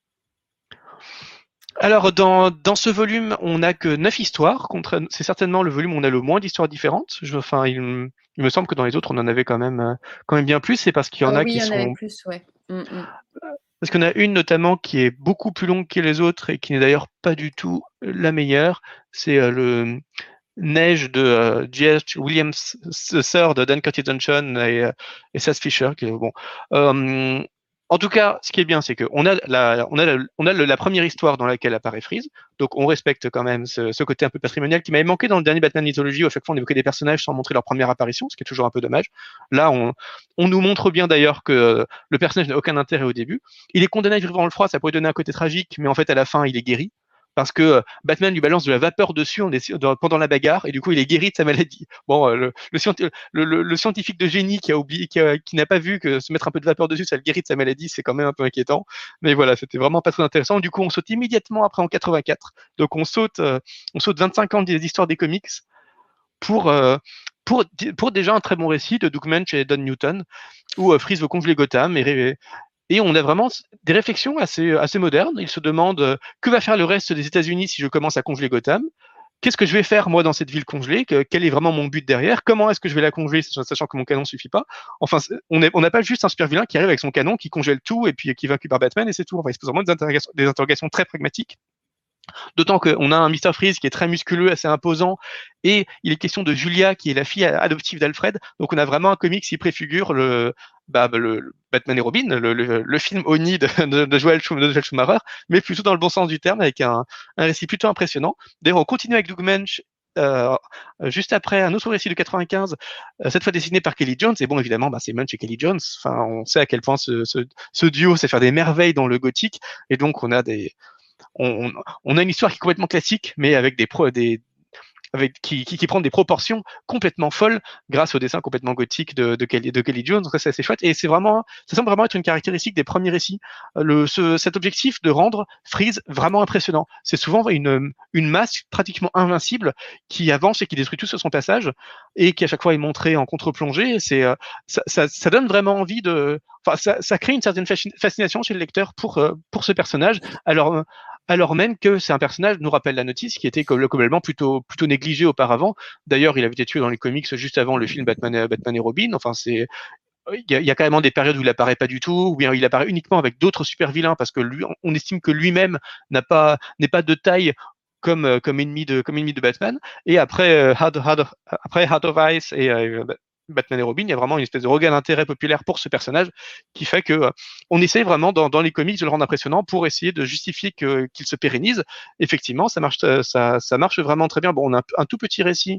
Alors, dans, dans ce volume, on n'a que neuf histoires. Contre, c'est certainement le volume où on a le moins d'histoires différentes. Je, enfin, il, me- il me semble que dans les autres, on en avait quand même, euh, quand même bien plus. C'est parce qu'il y en Euh, a oui, il qui y en avait sont. plus, ouais. Mm, mm. Parce qu'on a une notamment qui est beaucoup plus longue que les autres et qui n'est d'ailleurs pas du tout la meilleure. C'est euh, le Neige de euh, J H. Williams, sœur de Dan Curtis Johnson et, euh, et Seth Fisher. Qui, est- bon. Euh, en tout cas, ce qui est bien, c'est qu'on a, la, on a, la, on a le- la première histoire dans laquelle apparaît Freeze, donc on respecte quand même ce, ce côté un peu patrimonial qui m'avait manqué dans le dernier Batman Mythology, où à chaque fois on évoquait des personnages sans montrer leur première apparition, ce qui est toujours un peu dommage. Là, on, on nous montre bien d'ailleurs que euh, le personnage n'a aucun intérêt au début. Il est condamné à vivre dans le froid, ça pourrait donner un côté tragique, mais en fait à la fin il est guéri parce que euh, Batman lui balance de la vapeur dessus en, dans, pendant la bagarre et du coup il est guéri de sa maladie. Bon, euh, le, le, le, le, le, scientifique de génie qui a oublié, qui, a, qui n'a pas vu que se mettre un peu de vapeur dessus, ça le guérit de sa maladie, c'est quand même un peu inquiétant. Mais voilà, c'était vraiment pas très intéressant. Du coup, on saute immédiatement après en quatre-vingt-quatre. Donc on saute, euh, on saute vingt-cinq ans d'histoire des comics pour euh, pour, pour déjà un très bon récit de Doug Munch et Don Newton, où euh, Freeze veut congeler Gotham et, et on a vraiment des réflexions assez, assez modernes. Il se demande euh, que va faire le reste des États-Unis si je commence à congeler Gotham. Qu'est-ce que je vais faire moi dans cette ville congelée? que, Quel est vraiment mon but derrière? Comment est-ce que je vais la congeler sachant que mon canon suffit pas? Enfin, on n'a on pas juste un super vilain qui arrive avec son canon, qui congèle tout et puis qui est vaincu par Batman et c'est tout. Enfin, il se pose vraiment des interrogations, des interrogations très pragmatiques. D'autant qu'on a un mister Freeze qui est très musculeux, assez imposant, et il est question de Julia, qui est la fille adoptive d'Alfred. Donc on a vraiment un comics qui préfigure le, bah, le, le Batman et Robin, le, le, le film Oni de, de, de, Joel Schumacher, mais plutôt dans le bon sens du terme, avec un, un récit plutôt impressionnant. D'ailleurs, on continue avec Doug Munch, euh, juste après un autre récit de quatre-vingt-quinze, euh, cette fois dessiné par Kelly Jones. Et bon, évidemment, bah, c'est Munch et Kelly Jones. Enfin, on sait à quel point ce, ce, ce duo sait faire des merveilles dans le gothique, et donc on a des on, on, a une histoire qui est complètement classique, mais avec des, pro, des avec, qui, qui, qui prend des proportions complètement folles grâce au dessin complètement gothique de, de, Kelly, de Kelly Jones. Donc ça, c'est assez chouette. Et c'est vraiment, ça semble vraiment être une caractéristique des premiers récits. Le, ce, cet objectif de rendre Freeze vraiment impressionnant. C'est souvent une, une masse pratiquement invincible qui avance et qui détruit tout sur son passage et qui à chaque fois est montrée en contre-plongée. C'est, ça, ça, ça donne vraiment envie de, enfin, ça, ça crée une certaine fascination chez le lecteur pour, pour ce personnage. Alors, alors même que c'est un personnage, nous rappelle la notice, qui était globalement plutôt, plutôt négligé auparavant. D'ailleurs, il avait été tué dans les comics juste avant le film Batman et, Batman et Robin. Enfin, c'est, il y, a, il y a carrément des périodes où il apparaît pas du tout, ou bien il apparaît uniquement avec d'autres super vilains parce que lui, on estime que lui-même n'a pas, n'est pas de taille comme, comme ennemi de, comme ennemi de Batman. Et après, euh, Heart, Heart, après Heart of Ice et euh, Batman et Robin, il y a vraiment une espèce de regain d'intérêt populaire pour ce personnage qui fait que euh, on essaye vraiment dans, dans les comics de le rendre impressionnant pour essayer de justifier que, qu'il se pérennise. Effectivement, ça marche, ça, ça marche vraiment très bien. Bon, on a un, un tout petit récit.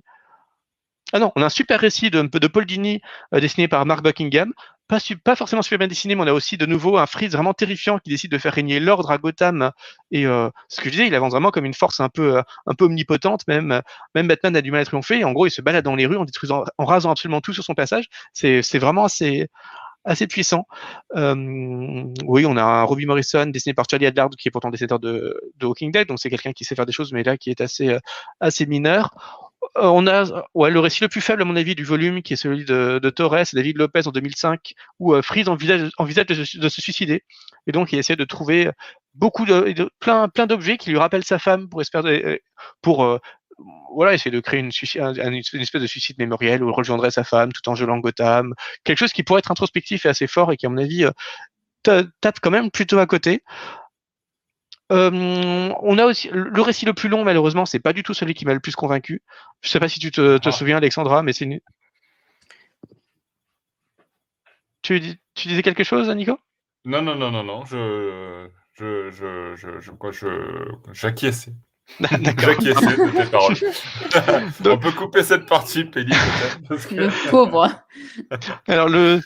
Ah non, on a un super récit de, de Paul Dini euh, dessiné par Mark Buckingham. Pas, pas forcément super bien dessiné, mais on a aussi de nouveau un Freeze vraiment terrifiant qui décide de faire régner l'ordre à Gotham. Et euh, ce que je disais, il avance vraiment comme une force un peu, un peu omnipotente. Même, même Batman a du mal à triompher. Et en gros, il se balade dans les rues en détruisant, en rasant absolument tout sur son passage. C'est, c'est vraiment assez, assez puissant. Euh, oui, on a un Robbie Morrison dessiné par Charlie Adlard, qui est pourtant dessinateur de, de Walking Dead, donc c'est quelqu'un qui sait faire des choses, mais là qui est assez, assez mineur. Euh, on a ouais, le récit le plus faible, à mon avis, du volume, qui est celui de, de Torres et David Lopez en deux mille cinq, où euh, Freeze envisage, envisage de, de se suicider. Et donc, il essaie de trouver beaucoup de, de plein, plein d'objets qui lui rappellent sa femme pour espérer, pour euh, voilà, essayer de créer une, une, une espèce de suicide mémoriel où il rejoindrait sa femme tout en gelant Gotham. Quelque chose qui pourrait être introspectif et assez fort et qui, à mon avis, euh, tape quand même plutôt à côté. Euh, on a aussi le récit le plus long, malheureusement, c'est pas du tout celui qui m'a le plus convaincu. Je sais pas si tu te, te ah. souviens, Alexandra, mais c'est une... tu, tu disais quelque chose, Nico? Non, non, non, non, non, je, je, je, je, je quoi, je, j'acquiesçais. J'acquiesçais de tes paroles. Donc... On peut couper cette partie, Péli, peut-être. Parce que... Le pauvre. Alors le.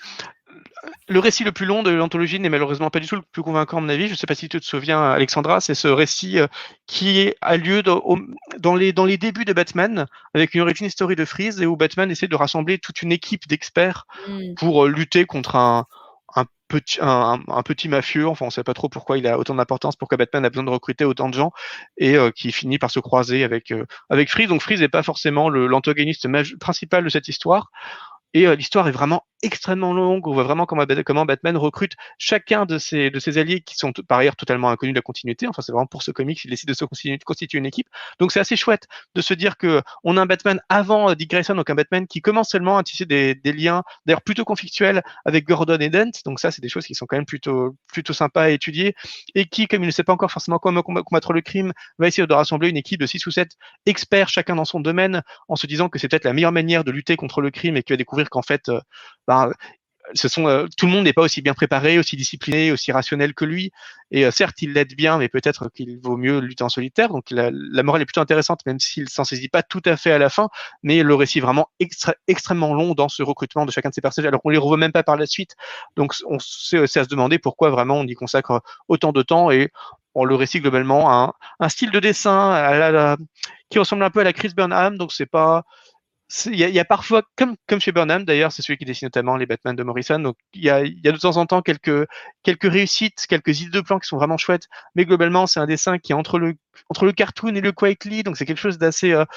Le récit le plus long de l'anthologie n'est malheureusement pas du tout le plus convaincant à mon avis. Je ne sais pas si tu te souviens, Alexandra, c'est ce récit qui a lieu dans, au, dans, les, dans les débuts de Batman, avec une origin story de Freeze, et où Batman essaie de rassembler toute une équipe d'experts mm. pour lutter contre un, un, petit, un, un petit mafieux. Enfin, on ne sait pas trop pourquoi il a autant d'importance, pourquoi Batman a besoin de recruter autant de gens, et euh, qui finit par se croiser avec, euh, avec Freeze. Donc Freeze n'est pas forcément le, l'antagoniste principal de cette histoire. Et euh, l'histoire est vraiment extrêmement longue. On voit vraiment comment, comment Batman recrute chacun de ses, de ses alliés qui sont t- par ailleurs totalement inconnus de la continuité. Enfin, c'est vraiment pour ce comic qu'il décide de se constituer, constituer une équipe. Donc, c'est assez chouette de se dire que on a un Batman avant euh, Dick Grayson, donc un Batman qui commence seulement à tisser des, des liens, d'ailleurs plutôt conflictuels avec Gordon et Dent. Donc, ça, c'est des choses qui sont quand même plutôt, plutôt sympas à étudier et qui, comme il ne sait pas encore forcément comment combattre le crime, va essayer de rassembler une équipe de six ou sept experts, chacun dans son domaine, en se disant que c'est peut-être la meilleure manière de lutter contre le crime et qu'il va découvrir qu'en fait, euh, ben, ce sont, euh, tout le monde n'est pas aussi bien préparé, aussi discipliné, aussi rationnel que lui. Et euh, certes, il l'aide bien, mais peut-être qu'il vaut mieux lutter en solitaire. Donc la, la morale est plutôt intéressante, même s'il s'en saisit pas tout à fait à la fin. Mais le récit est vraiment extra- extrêmement long dans ce recrutement de chacun de ces personnages, alors qu'on les revoit même pas par la suite. Donc on sait, c'est à se demander pourquoi vraiment on y consacre autant de temps. Et on le récit globalement a un, un style de dessin à la, la, qui ressemble un peu à la Chris Burnham. Donc c'est pas Il y, y a parfois, comme, comme chez Burnham d'ailleurs, c'est celui qui dessine notamment les Batman de Morrison, donc il y a, y a de temps en temps quelques, quelques réussites, quelques idées de plans qui sont vraiment chouettes, mais globalement c'est un dessin qui est entre le, entre le cartoon et le quietly, donc c'est quelque chose d'assez, euh,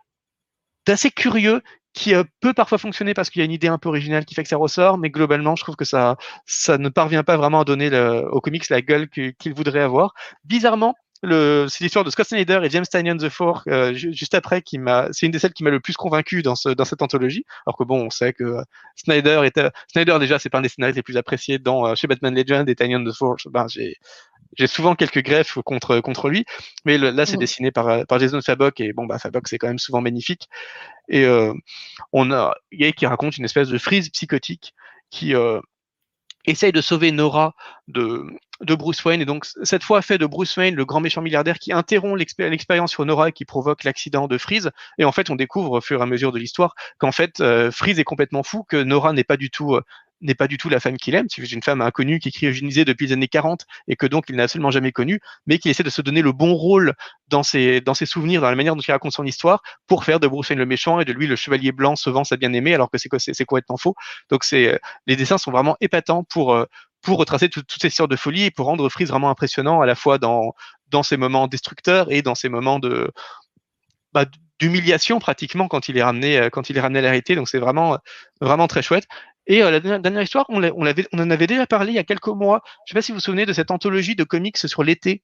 d'assez curieux, qui euh, peut parfois fonctionner parce qu'il y a une idée un peu originale qui fait que ça ressort, mais globalement je trouve que ça, ça ne parvient pas vraiment à donner le, au comics la gueule que, qu'il voudrait avoir. Bizarrement, Le, c'est l'histoire de Scott Snyder et James Tynion the Four, euh, juste après, qui m'a, c'est une des celles qui m'a le plus convaincu dans, ce, dans cette anthologie. Alors que bon, on sait que euh, Snyder était, Snyder déjà, c'est pas un des scénaristes les plus appréciés dans euh, chez Batman Legend et Tynion the Four. Ben, j'ai, j'ai souvent quelques greffes contre contre lui, mais le, là, c'est mmh. dessiné par par Jason Fabok et bon, bah Fabok, c'est quand même souvent magnifique. Et euh, on a Yay qui raconte une espèce de Freeze psychotique qui euh, essaye de sauver Nora de, de Bruce Wayne, et donc cette fois fait de Bruce Wayne le grand méchant milliardaire qui interrompt l'expé- l'expérience sur Nora et qui provoque l'accident de Freeze. Et en fait, on découvre au fur et à mesure de l'histoire qu'en fait, euh, Freeze est complètement fou, que Nora n'est pas du tout... Euh, n'est pas du tout la femme qu'il aime, c'est une femme inconnue qui est cryogénisée depuis les années quarante et que donc il n'a absolument jamais connue, mais qui essaie de se donner le bon rôle dans ses, dans ses souvenirs, dans la manière dont il raconte son histoire, pour faire de Bruce Wayne le méchant et de lui le chevalier blanc sauvant sa bien-aimée, alors que c'est, c'est, c'est complètement faux. Donc c'est, les dessins sont vraiment épatants pour, pour retracer tout, toutes ces sortes de folie et pour rendre Freeze vraiment impressionnant à la fois dans, dans ses moments destructeurs et dans ses moments de... Bah, d'humiliation pratiquement quand il est ramené quand il est ramené à la réalité. Donc c'est vraiment vraiment très chouette. Et euh, la dernière, dernière histoire, on, on, l'avait, on en avait déjà parlé il y a quelques mois. Je ne sais pas si vous vous souvenez de cette anthologie de comics sur l'été.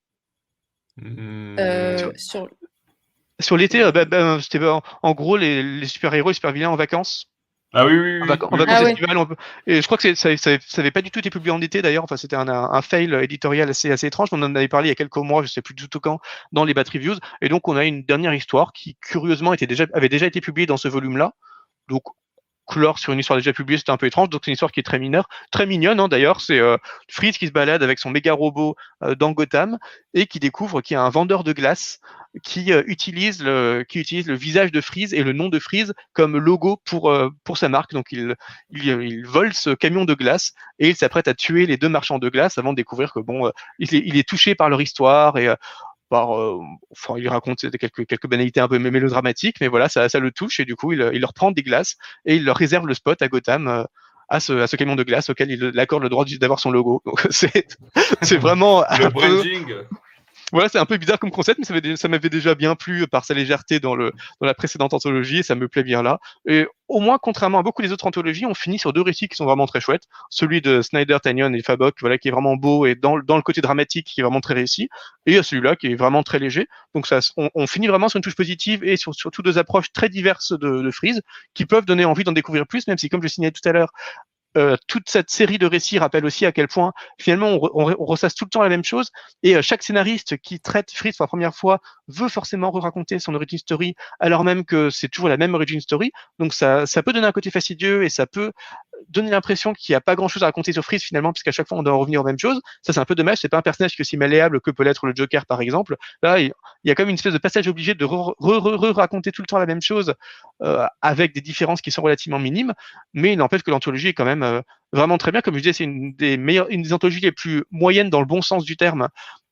Euh, sur... sur sur l'été, euh, bah, bah, c'était en, en gros les, les super-héros, les super-vilains en vacances. Ah oui, oui, oui. En, vac- oui, en vacances ah, estivales. Oui. Et je crois que c'est, ça n'avait pas du tout été publié en été d'ailleurs. Enfin, c'était un, un, un fail éditorial assez, assez étrange. On en avait parlé il y a quelques mois, je ne sais plus du tout quand, dans les Bat Reviews. Et donc, on a une dernière histoire qui, curieusement, était déjà, avait déjà été publiée dans ce volume-là. Donc, clore sur une histoire déjà publiée, c'était un peu étrange. Donc, c'est une histoire qui est très mineure, très mignonne hein, d'ailleurs. C'est euh, Freeze qui se balade avec son méga robot euh, dans Gotham et qui découvre qu'il y a un vendeur de glace qui euh, utilise le qui utilise le visage de Freeze et le nom de Freeze comme logo pour euh, pour sa marque. Donc il, il il vole ce camion de glace et il s'apprête à tuer les deux marchands de glace avant de découvrir que bon euh, il, est, il est touché par leur histoire et euh, par euh, enfin il raconte quelques quelques banalités un peu mélodramatiques, mais voilà ça ça le touche et du coup il il leur prend des glaces et il leur réserve le spot à Gotham. Euh, à ce, à ce camion de glace auquel il accorde le droit d'avoir son logo. Donc c'est, c'est vraiment Le un peu... branding. Voilà, c'est un peu bizarre comme concept, mais ça m'avait, ça m'avait déjà bien plu par sa légèreté dans, le, dans la précédente anthologie, et ça me plaît bien là. Et au moins, contrairement à beaucoup des autres anthologies, on finit sur deux récits qui sont vraiment très chouettes. Celui de Snyder, Tynion et Fabok, voilà, qui est vraiment beau et dans, dans le côté dramatique, qui est vraiment très réussi. Et il y a celui-là qui est vraiment très léger. Donc ça, on, on finit vraiment sur une touche positive et sur surtout deux approches très diverses de, de Freeze, qui peuvent donner envie d'en découvrir plus, même si, comme je signalais tout à l'heure, Euh, toute cette série de récits rappelle aussi à quel point finalement on, on, on ressasse tout le temps la même chose et euh, chaque scénariste qui traite Freeze pour la première fois veut forcément re-raconter son origin story alors même que c'est toujours la même origin story, donc ça, ça peut donner un côté fastidieux et ça peut donner l'impression qu'il n'y a pas grand chose à raconter sur Freeze finalement, puisqu'à chaque fois on doit en revenir aux mêmes choses. Ça c'est un peu dommage, c'est pas un personnage qui est aussi malléable que peut l'être le Joker par exemple. Là il y a quand même une espèce de passage obligé de re-raconter tout le temps la même chose euh, avec des différences qui sont relativement minimes, mais il n'empêche que l'anthologie est quand même euh, vraiment très bien. Comme je disais, c'est une des meilleures, une des anthologies les plus moyennes dans le bon sens du terme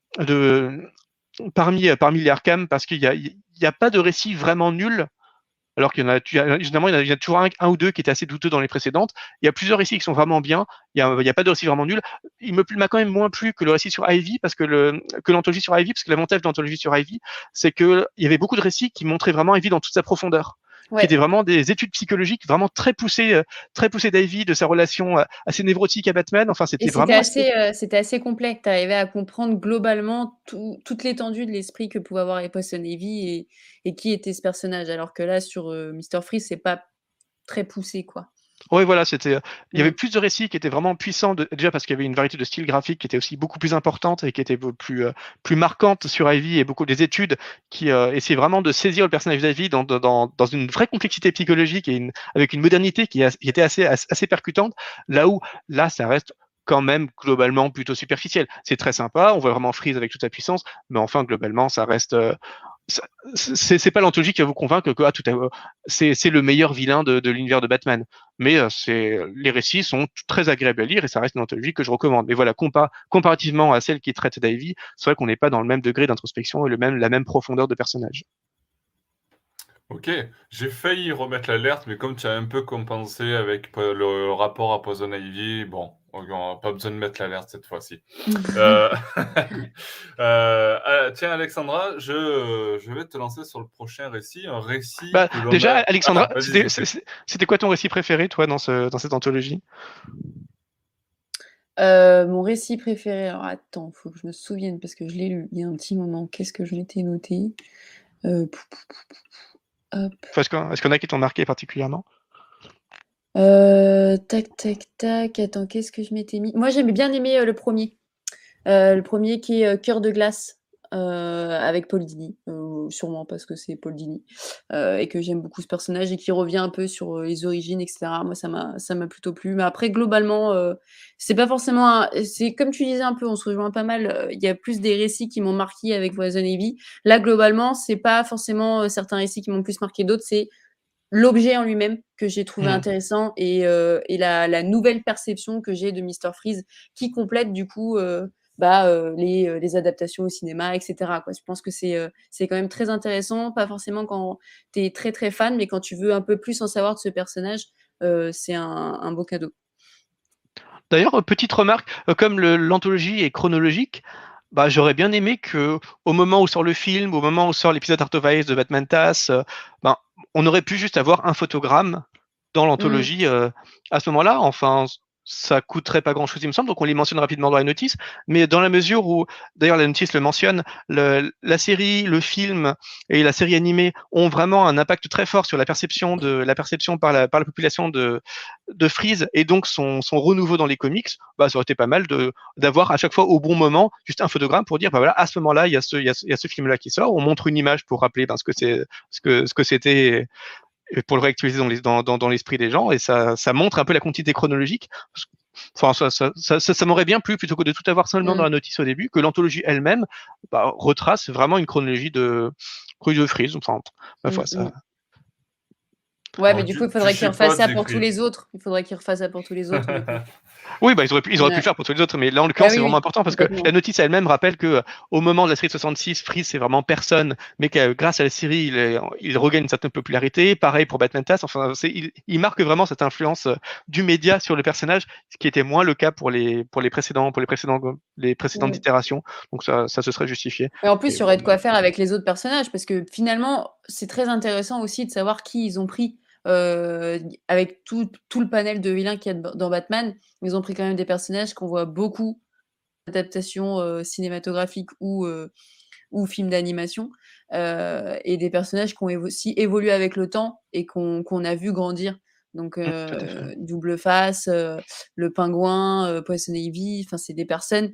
de parmi parmi les Arkham, parce qu'il y a il y a pas de récit vraiment nul. Alors qu'il y en a, généralement, il y en a, il y a toujours un, un ou deux qui étaient assez douteux dans les précédentes. Il y a plusieurs récits qui sont vraiment bien. Il y a, il y a pas de récit vraiment nul. Il me m'a quand même moins plu que le récit sur Ivy, parce que le, que l'anthologie sur Ivy, parce que l'avantage de l'anthologie sur Ivy, c'est que il y avait beaucoup de récits qui montraient vraiment Ivy dans toute sa profondeur. Ouais. Qui étaient vraiment des études psychologiques vraiment très poussées, très poussées d'Ivy, de sa relation assez névrotique à Batman. Enfin, c'était, c'était vraiment assez, euh, c'était assez complet. Tu arrivais à comprendre globalement tout, toute l'étendue de l'esprit que pouvait avoir Poison Ivy et, et qui était ce personnage. Alors que là, sur euh, mister Freeze, c'est pas très poussé, quoi. Oui, voilà, c'était. Il y avait plus de récits qui étaient vraiment puissants, de... déjà parce qu'il y avait une variété de styles graphiques qui était aussi beaucoup plus importante et qui était plus, euh, plus marquante sur Ivy, et beaucoup des études qui euh, essayaient vraiment de saisir le personnage d'Ivy dans, dans, dans une vraie complexité psychologique et une... avec une modernité qui, a... qui était assez, assez percutante. Là où, là, ça reste quand même globalement plutôt superficiel. C'est très sympa, on voit vraiment Freeze avec toute sa puissance, mais enfin, globalement, ça reste. Euh... C'est, c'est pas l'anthologie qui va vous convaincre que ah, tout à, c'est, c'est le meilleur vilain de, de l'univers de Batman. Mais euh, c'est, les récits sont très agréables à lire et ça reste une anthologie que je recommande. Mais voilà, compa- comparativement à celle qui traite d'Ivy, c'est vrai qu'on n'est pas dans le même degré d'introspection et le même, la même profondeur de personnage. Ok, j'ai failli remettre l'alerte, mais comme tu as un peu compensé avec le rapport à Poison Ivy, bon, on n'a pas besoin de mettre l'alerte cette fois-ci. euh... euh, tiens, Alexandra, je, je vais te lancer sur le prochain récit, un récit bah, que l'on déjà, a... Alexandra, ah, c'était, c'était quoi ton récit préféré, toi, dans, ce, dans cette anthologie? Euh, mon récit préféré, alors attends, faut que je me souvienne parce que je l'ai lu il y a un petit moment. Qu'est-ce que je m'étais noté euh, pou, pou, pou, pou, hop. Est-ce qu'il est-ce qu'il y en a qui t'ont marqué particulièrement? euh, Tac, tac, tac. Attends, qu'est-ce que je m'étais mis? Moi, j'aimais bien aimer euh, le premier. Euh, le premier qui est euh, Cœur de glace. Euh, avec Paul Dini, euh, sûrement parce que c'est Paul Dini, euh, et que j'aime beaucoup ce personnage et qui revient un peu sur euh, les origines, et cetera. Moi, ça m'a, ça m'a plutôt plu. Mais après, globalement, euh, c'est pas forcément. Un... C'est comme tu disais un peu, on se rejoint pas mal. Il y a plus des récits qui m'ont marqué avec Poison Ivy. Là, globalement, c'est pas forcément euh, certains récits qui m'ont plus marqué d'autres. C'est l'objet en lui-même que j'ai trouvé mmh. intéressant et, euh, et la, la nouvelle perception que j'ai de mister Freeze qui complète du coup. Euh, Bah, euh, les, euh, les adaptations au cinéma, et cetera. Quoi. Je pense que c'est, euh, c'est quand même très intéressant, pas forcément quand tu es très très fan, mais quand tu veux un peu plus en savoir de ce personnage, euh, c'est un, un beau cadeau. D'ailleurs, petite remarque, comme le, l'anthologie est chronologique, bah, j'aurais bien aimé que, au moment où sort le film, au moment où sort l'épisode Art of Ice de Batman Tass, euh, bah, on aurait pu juste avoir un photogramme dans l'anthologie mmh. euh, à ce moment-là. Enfin, ça coûterait pas grand-chose, il me semble, donc on les mentionne rapidement dans la notice, mais dans la mesure où, d'ailleurs la notice le mentionne, le, la série, le film et la série animée ont vraiment un impact très fort sur la perception de la perception par la par la population de de Freeze et donc son son renouveau dans les comics, bah ça aurait été pas mal de d'avoir à chaque fois au bon moment juste un photogramme pour dire bah voilà à ce moment-là il y a ce il y a, il y a ce film-là qui sort, on montre une image pour rappeler ben, ce que c'est ce que ce que c'était pour le réactualiser dans, les, dans, dans, dans l'esprit des gens, et ça, ça montre un peu la continuité chronologique. Enfin, ça, ça, ça, ça, ça m'aurait bien plu, plutôt que de tout avoir seulement mmh. dans la notice au début, que l'anthologie elle-même bah, retrace vraiment une chronologie de Rue de Freeze. Enfin, ma foi, mmh. ça... Ouais, mais du coup, il faudrait qu'il refasse ça pour tous les autres. Il faudrait qu'il refasse ça pour tous les autres. Oui, bah, ils auraient pu, ils auraient pu Ouais. le faire pour tous les autres, mais là, en Bah l'occurrence, oui, c'est vraiment oui, important parce que complètement. la notice elle-même rappelle que euh, au moment de la série de soixante-six, Freeze, c'est vraiment personne, mais que euh, grâce à la série, il, est- il regagne une certaine popularité. Pareil pour Batman Tass. Enfin, c'est, il, il marque vraiment cette influence euh, du média sur le personnage, ce qui était moins le cas pour les, pour les précédents, pour les précédents, les précédentes Mm. itérations. Donc ça, ça se serait justifié. Et en plus, Et il y aurait de quoi faire avec les autres personnages, parce que finalement, c'est très intéressant aussi de savoir qui ils ont pris. Euh, avec tout, tout le panel de vilains qu'il y a de- dans Batman, ils ont pris quand même des personnages qu'on voit beaucoup d'adaptations euh, cinématographiques ou, euh, ou films d'animation, euh, et des personnages qui ont évo- aussi évolué avec le temps et qu'on qu'on a vu grandir. Donc, Mm, tout à fait. euh, Double Face, euh, le Pingouin, euh, Poison Ivy, enfin, c'est des personnes,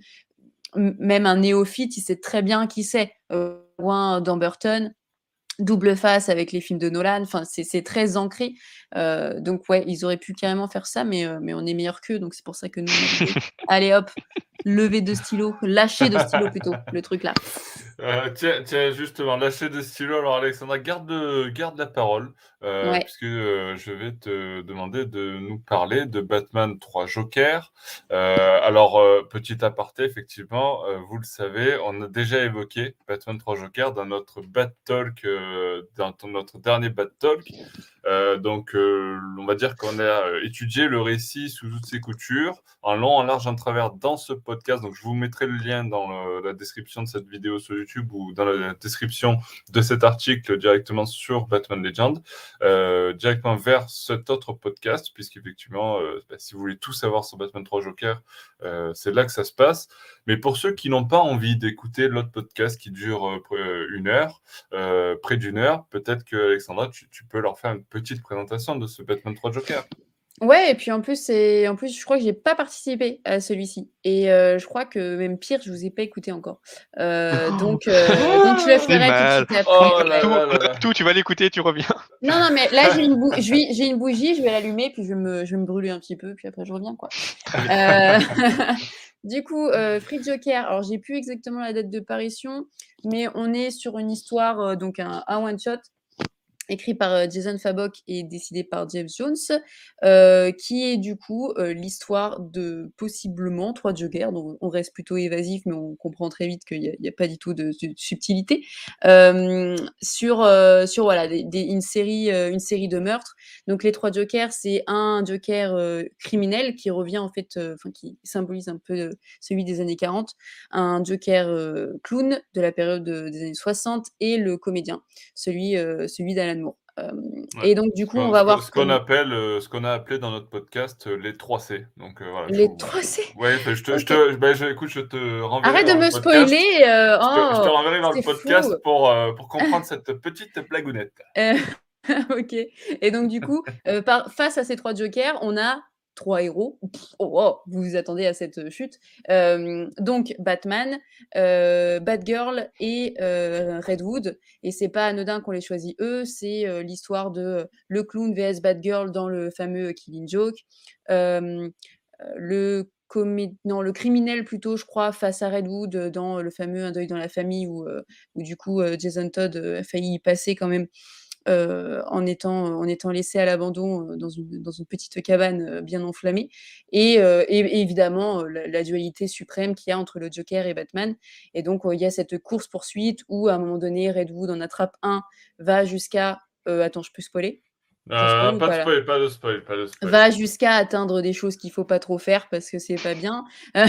m- même un néophyte, il sait très bien qui c'est. Euh, Pingouin dans Burton, Double Face avec les films de Nolan, enfin, c'est c'est très ancré. Euh, donc, ouais, ils auraient pu carrément faire ça, mais, euh, mais on est meilleur qu'eux, donc c'est pour ça que nous, on a l'idée. Allez hop, lever de stylo, lâcher de stylo plutôt, le truc là. Euh, tiens, tiens, justement, lâcher de stylo. Alors, Alexandra, garde, garde la parole, euh, Ouais. puisque euh, je vais te demander de nous parler de Batman trois Joker. Euh, alors, euh, petit aparté, effectivement, euh, vous le savez, on a déjà évoqué Batman trois Joker dans notre Bat Talk, euh, dans ton- notre dernier Bat Talk. Euh, donc, euh, on va dire qu'on a euh, étudié le récit sous toutes ses coutures, en long, en large, en travers, dans ce podcast. Donc, je vous mettrai le lien dans le- la description de cette vidéo sur YouTube ou dans la description de cet article directement sur Batman Legend, euh, directement vers cet autre podcast, puisqu'effectivement, euh, bah, si vous voulez tout savoir sur Batman trois Joker, euh, c'est là que ça se passe. Mais pour ceux qui n'ont pas envie d'écouter l'autre podcast qui dure euh, près- une heure, euh, près d'une heure, peut-être que Alexandra, tu, tu peux leur faire une petite présentation de ce Batman trois Joker. Ouais, et puis en plus, c'est en plus, je crois que j'ai pas participé à celui-ci. Et euh, je crois que même pire, je vous ai pas écouté encore. Euh, donc, euh, donc je le C'est ferai mal. petit à On petit. Oh note là Ouais. tout, là on là note là. tout, tu vas l'écouter, tu reviens. Non, non, mais là, j'ai une, bou- je vais- j'ai une bougie, je vais l'allumer, puis je vais, me, je vais me brûler un petit peu, puis après, je reviens, quoi. Très bien. Euh, du coup, euh, Free Joker, alors j'ai plus exactement la date de parution, mais on est sur une histoire, euh, donc un, un one-shot, écrit par euh, Jason Fabok et décidé par Jeff Jones, euh, qui est du coup euh, l'histoire de possiblement trois Jokers. Donc on reste plutôt évasif, mais on comprend très vite qu'il n'y a, il y a pas du tout de, de subtilité euh, sur euh, sur voilà des, des- une série euh, une série de meurtres. Donc les trois Jokers, c'est un Joker euh, criminel qui revient en fait, euh, enfin qui symbolise un peu euh, celui des années quarante, un Joker euh, clown de la période de- des années soixante et le comédien, celui, euh, celui d'Alan Moore. Euh, Ouais. et donc, du Ce coup, on qu'on va ce qu'on- voir ce qu'on comme appelle, euh, ce qu'on a appelé dans notre podcast euh, les trois C. Donc euh, voilà, je, les trois C. ouais, enfin, je te, je Ok. te, ben, je- écoute, je te renverrai Arrête de vers le me podcast. spoiler. euh, Je te, je te oh, renverrai vers le c'est fou. podcast pour, euh, pour comprendre cette petite blagounette. Euh, ok. Et donc, du coup, euh, par- face à ces trois jokers, on a trois héros. Pff, oh, oh, vous vous attendez à cette euh, chute. Euh, donc, Batman, euh, Batgirl et euh, Redwood. Et c'est pas anodin qu'on les choisit eux. C'est euh, l'histoire de euh, le clown vs Batgirl dans le fameux Killing Joke. Euh, euh, le comé- non, le criminel plutôt, je crois, face à Redwood euh, dans le fameux Un deuil dans la famille où, euh, où du coup euh, Jason Todd euh, a failli y passer quand même euh, en, étant, en étant laissé à l'abandon euh, dans, une, dans une petite cabane euh, bien enflammée. Et, euh, et, et évidemment, euh, la, la dualité suprême qu'il y a entre le Joker et Batman. Et donc, euh, il y a cette course-poursuite où, à un moment donné, Redwood en attrape un, va jusqu'à... euh, attends, je peux spoiler? Je Euh, spoil ou pas de pas là? spoil, pas de spoil, pas de spoil. Va jusqu'à atteindre des choses qu'il faut pas trop faire parce que c'est pas bien.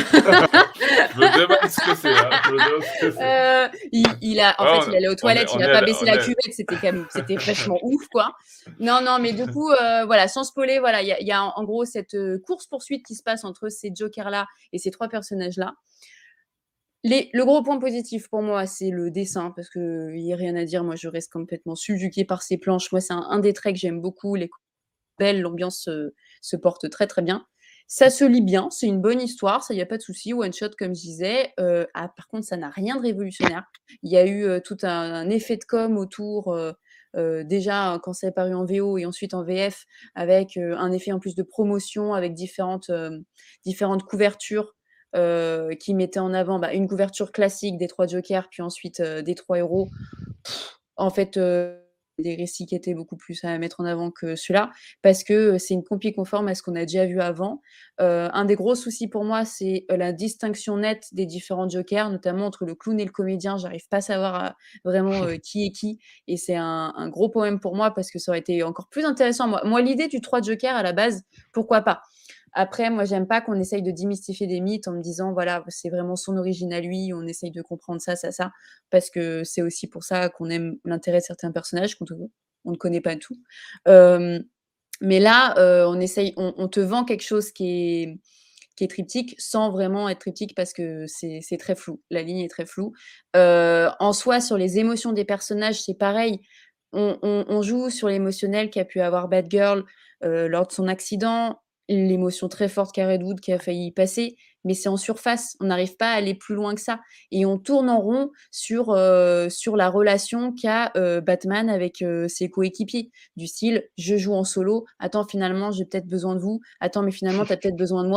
Je me demande ce que c'est. Hein. Je me demande ce que c'est. Euh, il, il a, en Ah, fait, il allait aux on, on est, toilettes, il on a est, pas à la- baissé on la est, cuvette, c'était quand même, c'était vachement ouf, quoi. Non, non, mais du coup, euh, voilà, sans spoiler, voilà, il y a, il y a en, en gros cette euh, course-poursuite qui se passe entre ces jokers-là et ces trois personnages-là. Les, le gros point positif pour moi, c'est le dessin, parce qu'il n'y a rien à dire. Moi, je reste complètement subjuguée par ces planches. Moi, c'est un, un des traits que j'aime beaucoup. Les belle, l'ambiance se, se porte très très bien. Ça se lit bien, c'est une bonne histoire, ça y a pas de souci. One shot comme je disais. Euh, ah, par contre, ça n'a rien de révolutionnaire. Il y a eu euh, tout un, un effet de com autour. Euh, euh, déjà quand c'est apparu en V O et ensuite en V F avec euh, un effet en plus de promotion avec différentes, euh, différentes couvertures euh, qui mettaient en avant bah, une couverture classique des trois jokers puis ensuite euh, des trois héros. Pff, en fait euh, des récits qui étaient beaucoup plus à mettre en avant que celui-là, parce que c'est une copie conforme à ce qu'on a déjà vu avant. Euh, un des gros soucis pour moi, c'est la distinction nette des différents Jokers, notamment entre le clown et le comédien. J'arrive pas à savoir euh, vraiment euh, qui est qui, et c'est un, un gros problème pour moi parce que ça aurait été encore plus intéressant. Moi, moi l'idée du trois Jokers à la base, pourquoi pas? Après, moi, j'aime pas qu'on essaye de démystifier des mythes en me disant, voilà, c'est vraiment son origine à lui, on essaye de comprendre ça, ça, ça, parce que c'est aussi pour ça qu'on aime l'intérêt de certains personnages, qu'on on ne connaît pas tout. Euh, mais là, euh, on essaye, on, on te vend quelque chose qui est, qui est triptyque sans vraiment être triptyque parce que c'est, c'est très flou. La ligne est très floue. Euh, en soi, sur les émotions des personnages, c'est pareil. On, on, on joue sur l'émotionnel qu'a pu avoir Batgirl euh, lors de son accident, l'émotion très forte qu'a Redwood qui a failli y passer, mais c'est en surface, on n'arrive pas à aller plus loin que ça. Et on tourne en rond sur, euh, sur la relation qu'a euh, Batman avec euh, ses coéquipiers, du style « je joue en solo, attends, finalement, j'ai peut-être besoin de vous, attends, mais finalement, t'as peut-être besoin de moi. »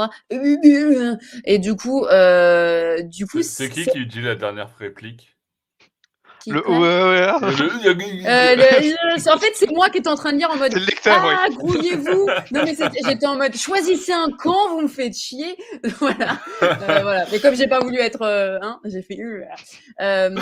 Et du coup, euh, du coup c'est, c'est qui qui dit la dernière réplique? Le ouais, ouais, euh, le, en fait, c'est moi qui étais en train de dire en mode c'est le lecteur, ah, oui. grouillez-vous. Non, mais j'étais en mode choisissez un camp, vous me faites chier. Voilà. Euh, voilà. Mais comme j'ai pas voulu être, euh, hein, j'ai fait euh,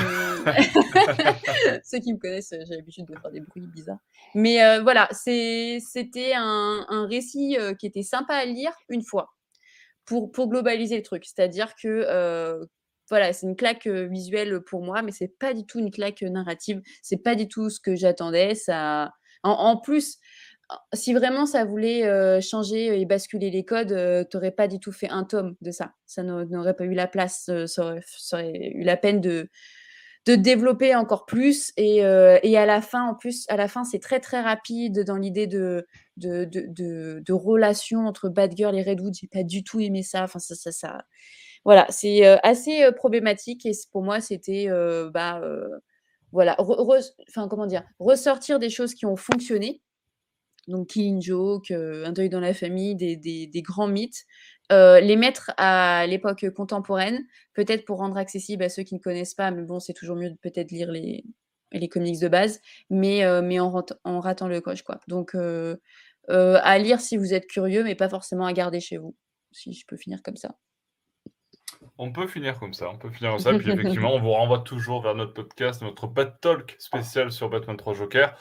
ceux qui me connaissent, j'ai l'habitude de faire des bruits bizarres. Mais euh, voilà, c'est, c'était un, un récit euh, qui était sympa à lire une fois pour, pour globaliser le truc. C'est-à-dire que euh, voilà, c'est une claque euh, visuelle pour moi, mais c'est pas du tout une claque narrative. C'est pas du tout ce que j'attendais. Ça, en, en plus, si vraiment ça voulait euh, changer et basculer les codes, euh, t'aurais pas du tout fait un tome de ça. Ça n'aurait pas eu la place, euh, ça, aurait, ça aurait eu la peine de de développer encore plus. Et, euh, et à la fin, en plus, à la fin, c'est très très rapide dans l'idée de de, de, de, de relation entre Batgirl et Redwood. J'ai pas du tout aimé ça. Enfin, ça, ça, ça voilà, c'est euh, assez euh, problématique et pour moi, c'était euh, bah, euh, voilà, re, re, enfin, comment dire, ressortir des choses qui ont fonctionné, donc Killing Joke, euh, Un deuil dans la famille, des, des, des grands mythes, euh, les mettre à l'époque contemporaine, peut-être pour rendre accessible à ceux qui ne connaissent pas, mais bon, c'est toujours mieux de peut-être lire les, les comics de base, mais, euh, mais en, en ratant le coche, quoi. Donc, euh, euh, à lire si vous êtes curieux, mais pas forcément à garder chez vous, si je peux finir comme ça. On peut finir comme ça, on peut finir comme ça. Puis effectivement, on vous renvoie toujours vers notre podcast, notre Bat Talk spécial sur Batman trois Joker,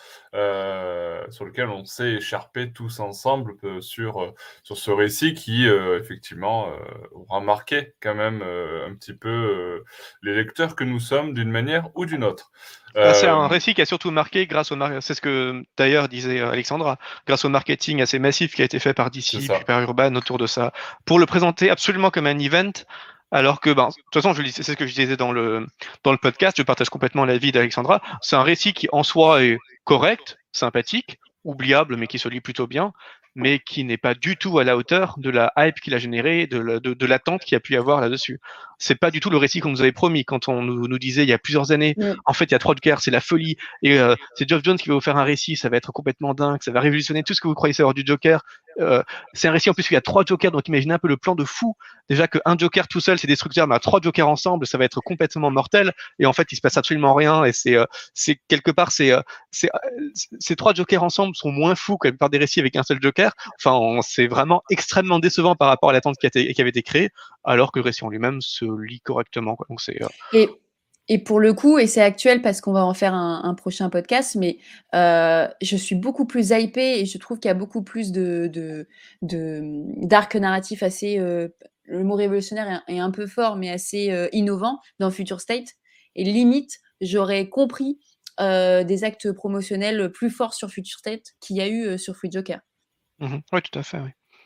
euh, sur lequel on s'est écharpé tous ensemble euh, sur, euh, sur ce récit qui, euh, effectivement, euh, aura marqué quand même euh, un petit peu euh, les lecteurs que nous sommes d'une manière ou d'une autre. Ah, c'est Euh, un récit qui a surtout marqué grâce au mar- c'est ce que d'ailleurs disait Alexandra, grâce au marketing assez massif qui a été fait par D C C'est ça. puis par Urban autour de ça, pour le présenter absolument comme un event, alors que, ben, de toute façon, je le dis- c'est ce que je disais dans le dans le podcast, je partage complètement l'avis d'Alexandra. C'est un récit qui en soi est correct, sympathique, oubliable, mais qui se lit plutôt bien, mais qui n'est pas du tout à la hauteur de la hype qu'il a générée, de, la- de, de l'attente qu'il y a pu y avoir là-dessus. C'est pas du tout le récit qu'on nous avait promis quand on nous, nous disait il y a plusieurs années. Mm. En fait, il y a trois Jokers, c'est la folie, et euh, c'est Geoff Jones qui va vous faire un récit, ça va être complètement dingue, ça va révolutionner tout ce que vous croyez savoir du Joker. Euh, c'est un récit en plus où il y a trois Jokers, donc imaginez un peu le plan de fou. Déjà qu'un Joker tout seul c'est destructeur, mais à trois Jokers ensemble, ça va être complètement mortel. Et en fait, il se passe absolument rien. Et c'est, euh, c'est quelque part, c'est, euh, c'est, euh, ces trois Jokers ensemble sont moins fous que la plupart des récits avec un seul Joker. Enfin, on, c'est vraiment extrêmement décevant par rapport à l'attente qui, a été, qui avait été créée, alors que le récit en lui-même se lit correctement, quoi. Donc c'est. Euh... Et Et pour le coup, et c'est actuel parce qu'on va en faire un, un prochain podcast, mais euh, je suis beaucoup plus hypée et je trouve qu'il y a beaucoup plus de, de, de d'arcs narratifs assez, euh, le mot révolutionnaire est, est un peu fort, mais assez euh, innovant dans Future State. Et limite, j'aurais compris euh, des actes promotionnels plus forts sur Future State qu'il y a eu euh, sur Free Joker. Mmh. Oui, tout à fait, oui.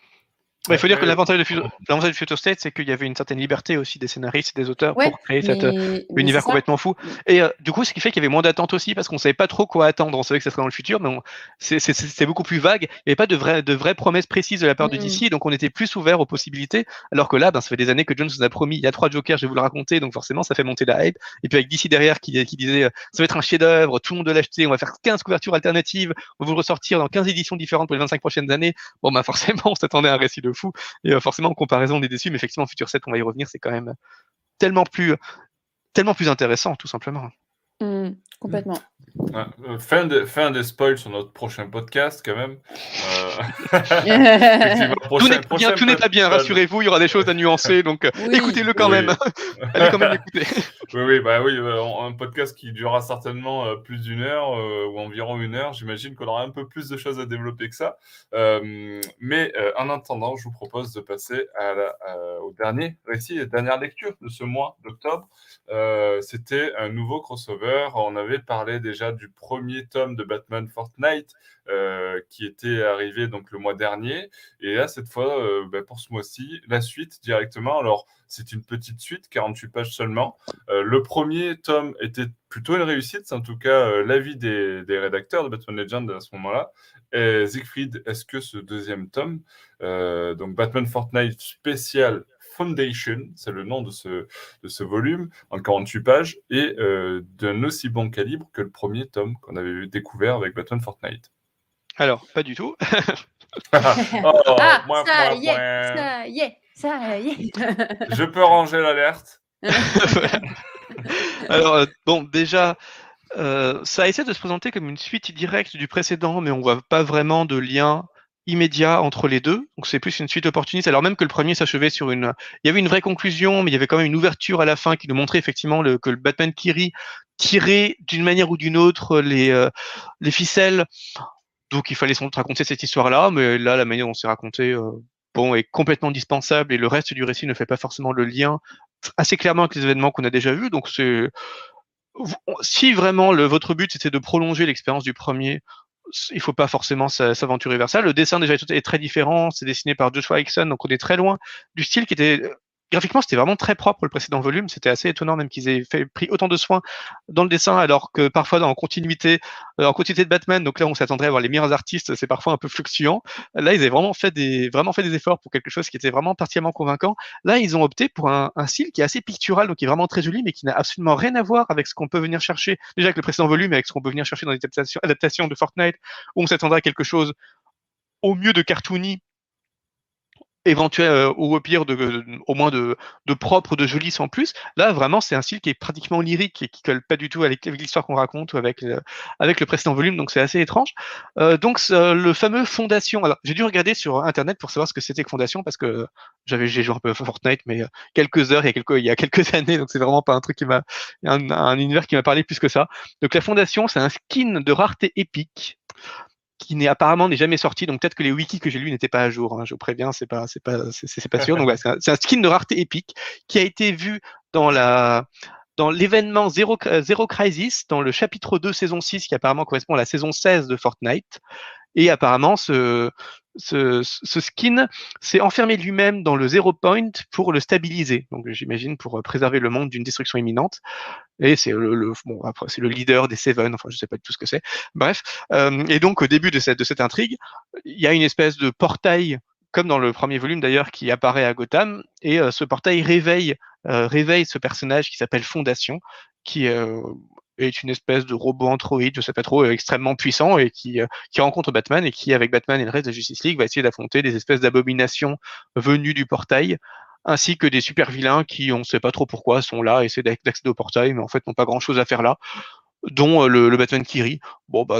Il ouais, faut dire que l'avantage de, Future, l'avantage de Future State, c'est qu'il y avait une certaine liberté aussi des scénaristes et des auteurs ouais, pour créer mais, cet euh, univers complètement fou. Et euh, du coup, ce qui fait qu'il y avait moins d'attente aussi, parce qu'on savait pas trop quoi attendre. On savait que ça serait dans le futur, mais on, c'est, c'est, c'est beaucoup plus vague. Il n'y avait pas de, vrai, de vraies promesses précises de la part mm-hmm. de D C, donc on était plus ouvert aux possibilités. Alors que là, ben, ça fait des années que Jones nous a promis, il y a trois Jokers, je vais vous le raconter, donc forcément, ça fait monter la hype. Et puis avec D C derrière qui, qui disait, ça va être un chef-d'œuvre, tout le monde doit l'acheter, on va faire quinze couvertures alternatives, on va vous le ressortir dans quinze éditions différentes pour les vingt-cinq prochaines années. Bon, ben forcément, on s'attendait à un récit de fou. Et euh, forcément, en comparaison, on est déçu, mais effectivement, Future State, on va y revenir, c'est quand même tellement plus, tellement plus intéressant, tout simplement. Mmh, complètement. Ouais, euh, fin, de, fin des spoils sur notre prochain podcast, quand même. Euh... Effectivement, Tout prochain, n'est pas bien, prochain tout n'est pas bien, pod- rassurez-vous, il y aura des choses à nuancer, donc euh, Oui. écoutez-le quand Oui. même. Allez quand même l'écouter. Oui, oui, bah oui, euh, un podcast qui durera certainement euh, plus d'une heure euh, ou environ une heure. J'imagine qu'on aura un peu plus de choses à développer que ça. Euh, mais euh, en attendant, je vous propose de passer à la, à- au dernier récit et dernière lecture de ce mois d'octobre. Euh, c'était un nouveau crossover. On avait parlé déjà du premier tome de Batman Fortnite euh, qui était arrivé donc le mois dernier. Et là, cette fois, euh, bah, pour ce mois-ci, la suite directement. Alors, c'est une petite suite, quarante-huit pages seulement. Euh, le premier tome était plutôt une réussite, c'est en tout cas euh, l'avis des, des rédacteurs de Batman Legend à ce moment-là. Et Siegfried, est-ce que ce deuxième tome, euh, donc Batman Fortnite Special Foundation, c'est le nom de ce, de ce volume, en quarante-huit pages, est euh, d'un aussi bon calibre que le premier tome qu'on avait découvert avec Batman Fortnite? Alors, pas du tout. Oh, Ah, point, ça point, y est, point. ça y est, ça y est. Je peux ranger l'alerte. Voilà. Alors, euh, bon, déjà, euh, ça essaie de se présenter comme une suite directe du précédent, mais on voit pas vraiment de lien immédiat entre les deux. Donc, c'est plus une suite opportuniste. Alors même que le premier s'achevait sur une... Il y avait une vraie conclusion, mais il y avait quand même une ouverture à la fin qui nous montrait effectivement le, que le Batman Kiri tirait d'une manière ou d'une autre les, euh, les ficelles. Donc, il fallait sans doute raconter cette histoire-là, mais là, la manière dont c'est raconté, euh, bon, est complètement dispensable et le reste du récit ne fait pas forcément le lien assez clairement avec les événements qu'on a déjà vus. Donc, c'est si vraiment le, votre but c'était de prolonger l'expérience du premier, il faut pas forcément s'aventurer vers ça. Le dessin déjà est très différent, c'est dessiné par Joshua Hickson, donc on est très loin du style qui était graphiquement c'était vraiment très propre le précédent volume. C'était assez étonnant même qu'ils aient fait, pris autant de soin dans le dessin, alors que parfois dans en continuité, en continuité de Batman, donc là on s'attendrait à voir les meilleurs artistes, c'est parfois un peu fluctuant. Là ils avaient vraiment fait des vraiment fait des efforts pour quelque chose qui était vraiment partiellement convaincant. Là ils ont opté pour un, un style qui est assez pictural, donc qui est vraiment très joli, mais qui n'a absolument rien à voir avec ce qu'on peut venir chercher déjà avec le précédent volume et avec ce qu'on peut venir chercher dans les adaptations, adaptations de Fortnite, où on s'attendrait à quelque chose au mieux de cartoony, éventuel euh, ou au pire de, de au moins de, de propre, de joli sans plus. Là vraiment c'est un style qui est pratiquement lyrique et qui colle pas du tout avec, avec l'histoire qu'on raconte ou avec le, avec le précédent volume, donc c'est assez étrange. Euh, donc le fameux Fondation, alors j'ai dû regarder sur internet pour savoir ce que c'était que Fondation parce que j'avais j'ai joué un peu à Fortnite mais euh, quelques heures il y a quelques il y a quelques années, donc c'est vraiment pas un truc qui m'a un, un univers qui m'a parlé plus que ça. Donc la Fondation c'est un skin de rareté épique qui n'est apparemment n'est jamais sorti, donc peut-être que les wikis que j'ai lus n'étaient pas à jour. Hein, je vous préviens, c'est pas c'est pas c'est, c'est pas sûr. Donc voilà, c'est un, c'est un skin de rareté épique qui a été vu dans la dans l'événement Zero, Zero Crisis, dans le chapitre deux, saison six, qui apparemment correspond à la saison seize de Fortnite. Et apparemment, ce, ce, ce skin s'est enfermé lui-même dans le Zero Point pour le stabiliser. Donc, j'imagine pour préserver le monde d'une destruction imminente. Et c'est le, le bon après c'est le leader des Seven. Enfin, je sais pas du tout ce que c'est. Bref. Euh, et donc, au début de cette de cette intrigue, il y a une espèce de portail, comme dans le premier volume d'ailleurs, qui apparaît à Gotham. Et euh, ce portail réveille euh, réveille ce personnage qui s'appelle Fondation, qui euh, est une espèce de robot androïde, je sais pas trop, euh, extrêmement puissant et qui, euh, qui rencontre Batman et qui, avec Batman et le reste de la Justice League, va essayer d'affronter des espèces d'abominations venues du portail, ainsi que des super vilains qui, on ne sait pas trop pourquoi, sont là, essaient d'accéder au portail, mais en fait n'ont pas grand chose à faire là, dont euh, le, le Batman Kiri. Bon, bah,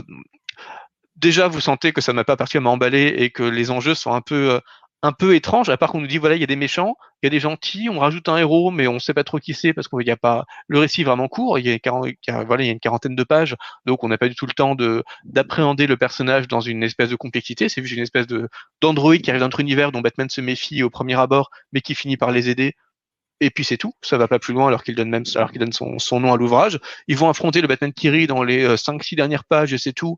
déjà, vous sentez que ça m'a pas particulièrement emballé et que les enjeux sont un peu, euh, un peu étranges, à part qu'on nous dit, voilà, il y a des méchants, il y a des gentils, on rajoute un héros, mais on sait pas trop qui c'est parce qu'il y a pas, le récit est vraiment court, il y a, quarante, voilà, il y a une quarantaine de pages, donc on n'a pas du tout le temps de, d'appréhender le personnage dans une espèce de complexité, c'est juste une espèce de, d'androïde qui arrive dans notre univers dont Batman se méfie au premier abord, mais qui finit par les aider. Et puis c'est tout, ça va pas plus loin alors qu'il donne même alors qu'il donne son, son nom à l'ouvrage. Ils vont affronter le Batman Kiri dans les cinq six dernières pages et c'est tout.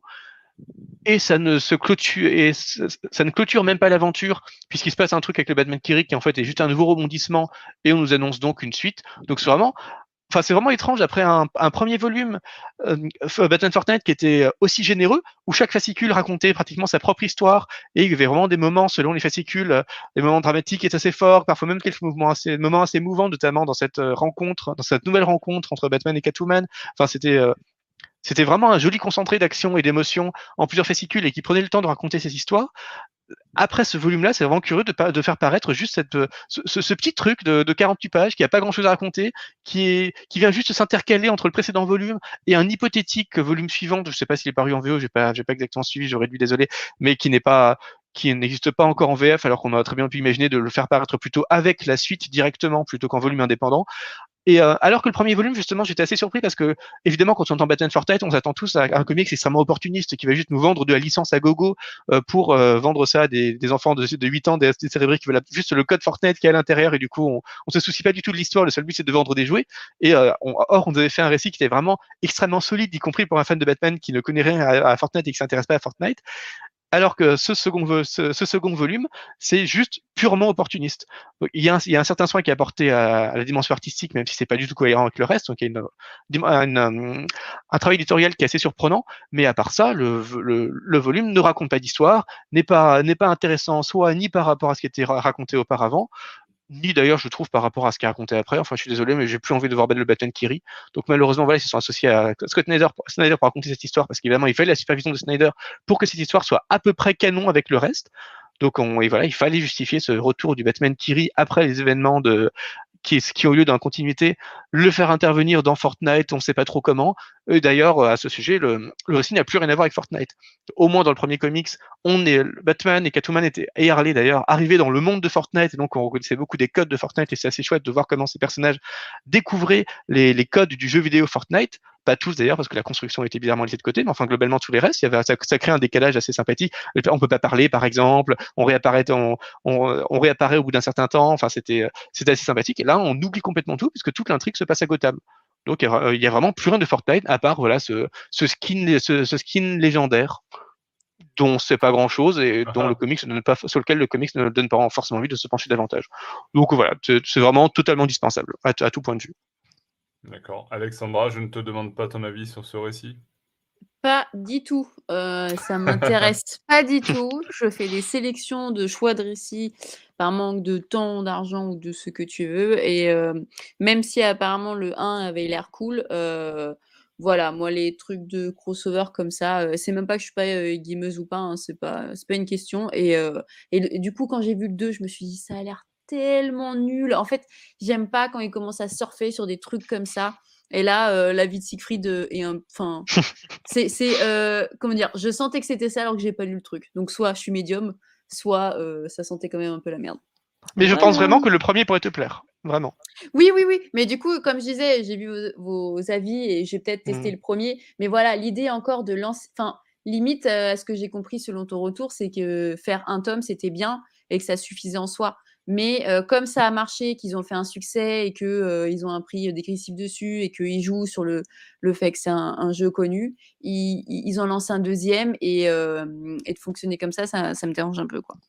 Et ça ne se clôture et ça ne clôture même pas l'aventure puisqu'il se passe un truc avec le Batman Kiri qui en fait est juste un nouveau rebondissement et on nous annonce donc une suite. Donc c'est vraiment, enfin c'est vraiment étrange après un, un premier volume euh, Batman Fortnite qui était aussi généreux où chaque fascicule racontait pratiquement sa propre histoire et il y avait vraiment des moments selon les fascicules, des moments dramatiques qui étaient assez forts, parfois même quelques moments assez, moments assez mouvants, notamment dans cette rencontre, dans cette nouvelle rencontre entre Batman et Catwoman. Enfin c'était euh, C'était vraiment un joli concentré d'action et d'émotion en plusieurs fascicules et qui prenait le temps de raconter ces histoires. après ce volume-là, c'est vraiment curieux de, pa- de faire paraître juste cette, euh, ce, ce- ce petit truc de, de quarante-huit pages qui a pas grand-chose à raconter, qui, est, qui vient juste s'intercaler entre le précédent volume et un hypothétique volume suivant. Je sais pas s'il est paru en V O, j'ai pas, j'ai pas exactement suivi, j'aurais dû, désolé, mais qui n'est pas, qui n'existe pas encore en V F, alors qu'on aurait très bien pu imaginer de le faire paraître plutôt avec la suite directement plutôt qu'en volume indépendant. Et euh, alors que le premier volume, justement, j'étais assez surpris parce que, évidemment, quand on entend Batman Fortnite, on s'attend tous à un comics extrêmement opportuniste qui va juste nous vendre de la licence à gogo euh, pour euh, vendre ça à des, des enfants de, de huit ans, des, des cérébrés qui veulent juste le code Fortnite qui est à l'intérieur et du coup, on, on se soucie pas du tout de l'histoire. Le seul but, c'est de vendre des jouets. Et euh, on, or, on avait fait un récit qui était vraiment extrêmement solide, y compris pour un fan de Batman qui ne connaît rien à, à Fortnite et qui s'intéresse pas à Fortnite. Alors que ce second, vo- ce, ce second volume, c'est juste purement opportuniste. Donc, Il y, a un, il y a un certain soin qui est apporté à, à la dimension artistique, même si c'est pas du tout cohérent avec le reste. Donc il y a une, une, une, un travail éditorial qui est assez surprenant. Mais à part ça, le, le, le volume ne raconte pas d'histoire, n'est pas, n'est pas intéressant en soi, ni par rapport à ce qui était ra- raconté auparavant, ni d'ailleurs, je trouve, par rapport à ce qui est raconté après. Enfin, je suis désolé, mais j'ai plus envie de voir le Batman qui rit. Donc, malheureusement, voilà, ils se sont associés à Scott Snyder pour, Snyder pour raconter cette histoire, parce qu'évidemment, il fallait la supervision de Snyder pour que cette histoire soit à peu près canon avec le reste. Donc, on, et voilà, il fallait justifier ce retour du Batman qui rit après les événements de, qui, qui ont lieu dans la continuité, le faire intervenir dans Fortnite, on ne sait pas trop comment. Et d'ailleurs, à ce sujet, le, le récit n'a plus rien à voir avec Fortnite. Au moins dans le premier comics, on est Batman et Catwoman étaient, et Harley d'ailleurs, arrivés dans le monde de Fortnite, et donc on reconnaissait beaucoup des codes de Fortnite, et c'est assez chouette de voir comment ces personnages découvraient les, les codes du jeu vidéo Fortnite. Pas tous d'ailleurs, parce que la construction était bizarrement laissée de côté, mais enfin globalement tous les restes, il y avait, ça, ça crée un décalage assez sympathique. On peut pas parler, par exemple, on réapparaît, on, on, on réapparaît au bout d'un certain temps. Enfin, c'était, c'était assez sympathique. Et là, on oublie complètement tout, puisque toute l'intrigue se passe à Gotham. Donc, il y a vraiment plus rien de Fortnite à part voilà ce, ce skin, ce, ce skin légendaire dont on sait pas grand chose et dont le comics ne donne pas, sur lequel le comics ne donne pas forcément envie de se pencher davantage. Donc voilà, c'est, c'est vraiment totalement dispensable à, à tout point de vue. D'accord. Alexandra, je ne te demande pas ton avis sur ce récit. Pas du tout. Euh, ça m'intéresse pas du tout. Je fais des sélections de choix de récits par manque de temps, d'argent ou de ce que tu veux. Et euh, même si apparemment le un avait l'air cool, euh, voilà, moi les trucs de crossover comme ça, euh, c'est même pas que je suis pas euh, gameuse ou pas, hein, c'est pas, c'est pas une question. Et, euh, et, le- et du coup, quand j'ai vu le deux, je me suis dit, ça a l'air tellement nul. En fait, j'aime pas quand ils commencent à surfer sur des trucs comme ça. Et là, euh, la vie de Siegfried euh, est un. Enfin. C'est, c'est euh, comment dire, je sentais que c'était ça alors que j'ai pas lu le truc. Donc soit je suis médium, soit euh, ça sentait quand même un peu la merde. Mais je Voilà. pense vraiment que le premier pourrait te plaire. Vraiment. Oui, oui, oui. Mais du coup, comme je disais, j'ai vu vos, vos avis et j'ai peut-être testé Mm. le premier. Mais voilà, l'idée encore de lancer. Enfin, limite, euh, à ce que j'ai compris selon ton retour, c'est que faire un tome, c'était bien et que ça suffisait en soi. Mais euh, comme ça a marché, qu'ils ont fait un succès et qu'ils euh, ils ont un prix dégressif dessus et qu'ils jouent sur le, le fait que c'est un, un jeu connu, ils, ils ont lancé un deuxième et, euh, et de fonctionner comme ça, ça, ça me dérange un peu, quoi.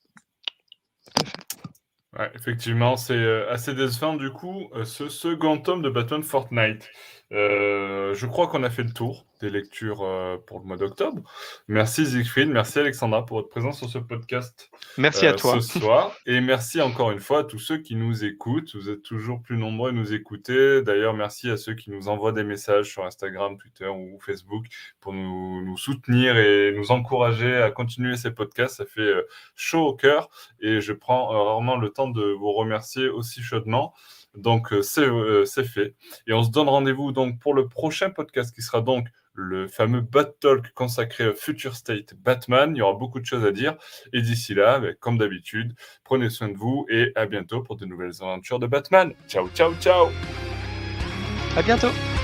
Ouais, effectivement, c'est euh, assez décevant du coup, euh, ce second tome de Batman Fortnite. Euh, je crois qu'on a fait le tour des lectures euh, pour le mois d'octobre. Merci Siegfried, merci Alexandra pour votre présence sur ce podcast Merci à euh, toi. ce soir. Et merci encore une fois à tous ceux qui nous écoutent. Vous êtes toujours plus nombreux à nous écouter. D'ailleurs, merci à ceux qui nous envoient des messages sur Instagram, Twitter ou Facebook pour nous, nous soutenir et nous encourager à continuer ces podcasts. Ça fait euh, chaud au cœur et je prends euh, rarement le temps de vous remercier aussi chaudement. Donc, euh, c'est, euh, c'est fait. Et on se donne rendez-vous donc pour le prochain podcast qui sera donc le fameux Bat Talk consacré au Future State Batman. Il y aura beaucoup de choses à dire. Et d'ici là, bah, comme d'habitude, prenez soin de vous et à bientôt pour de nouvelles aventures de Batman. Ciao, ciao, ciao! À bientôt.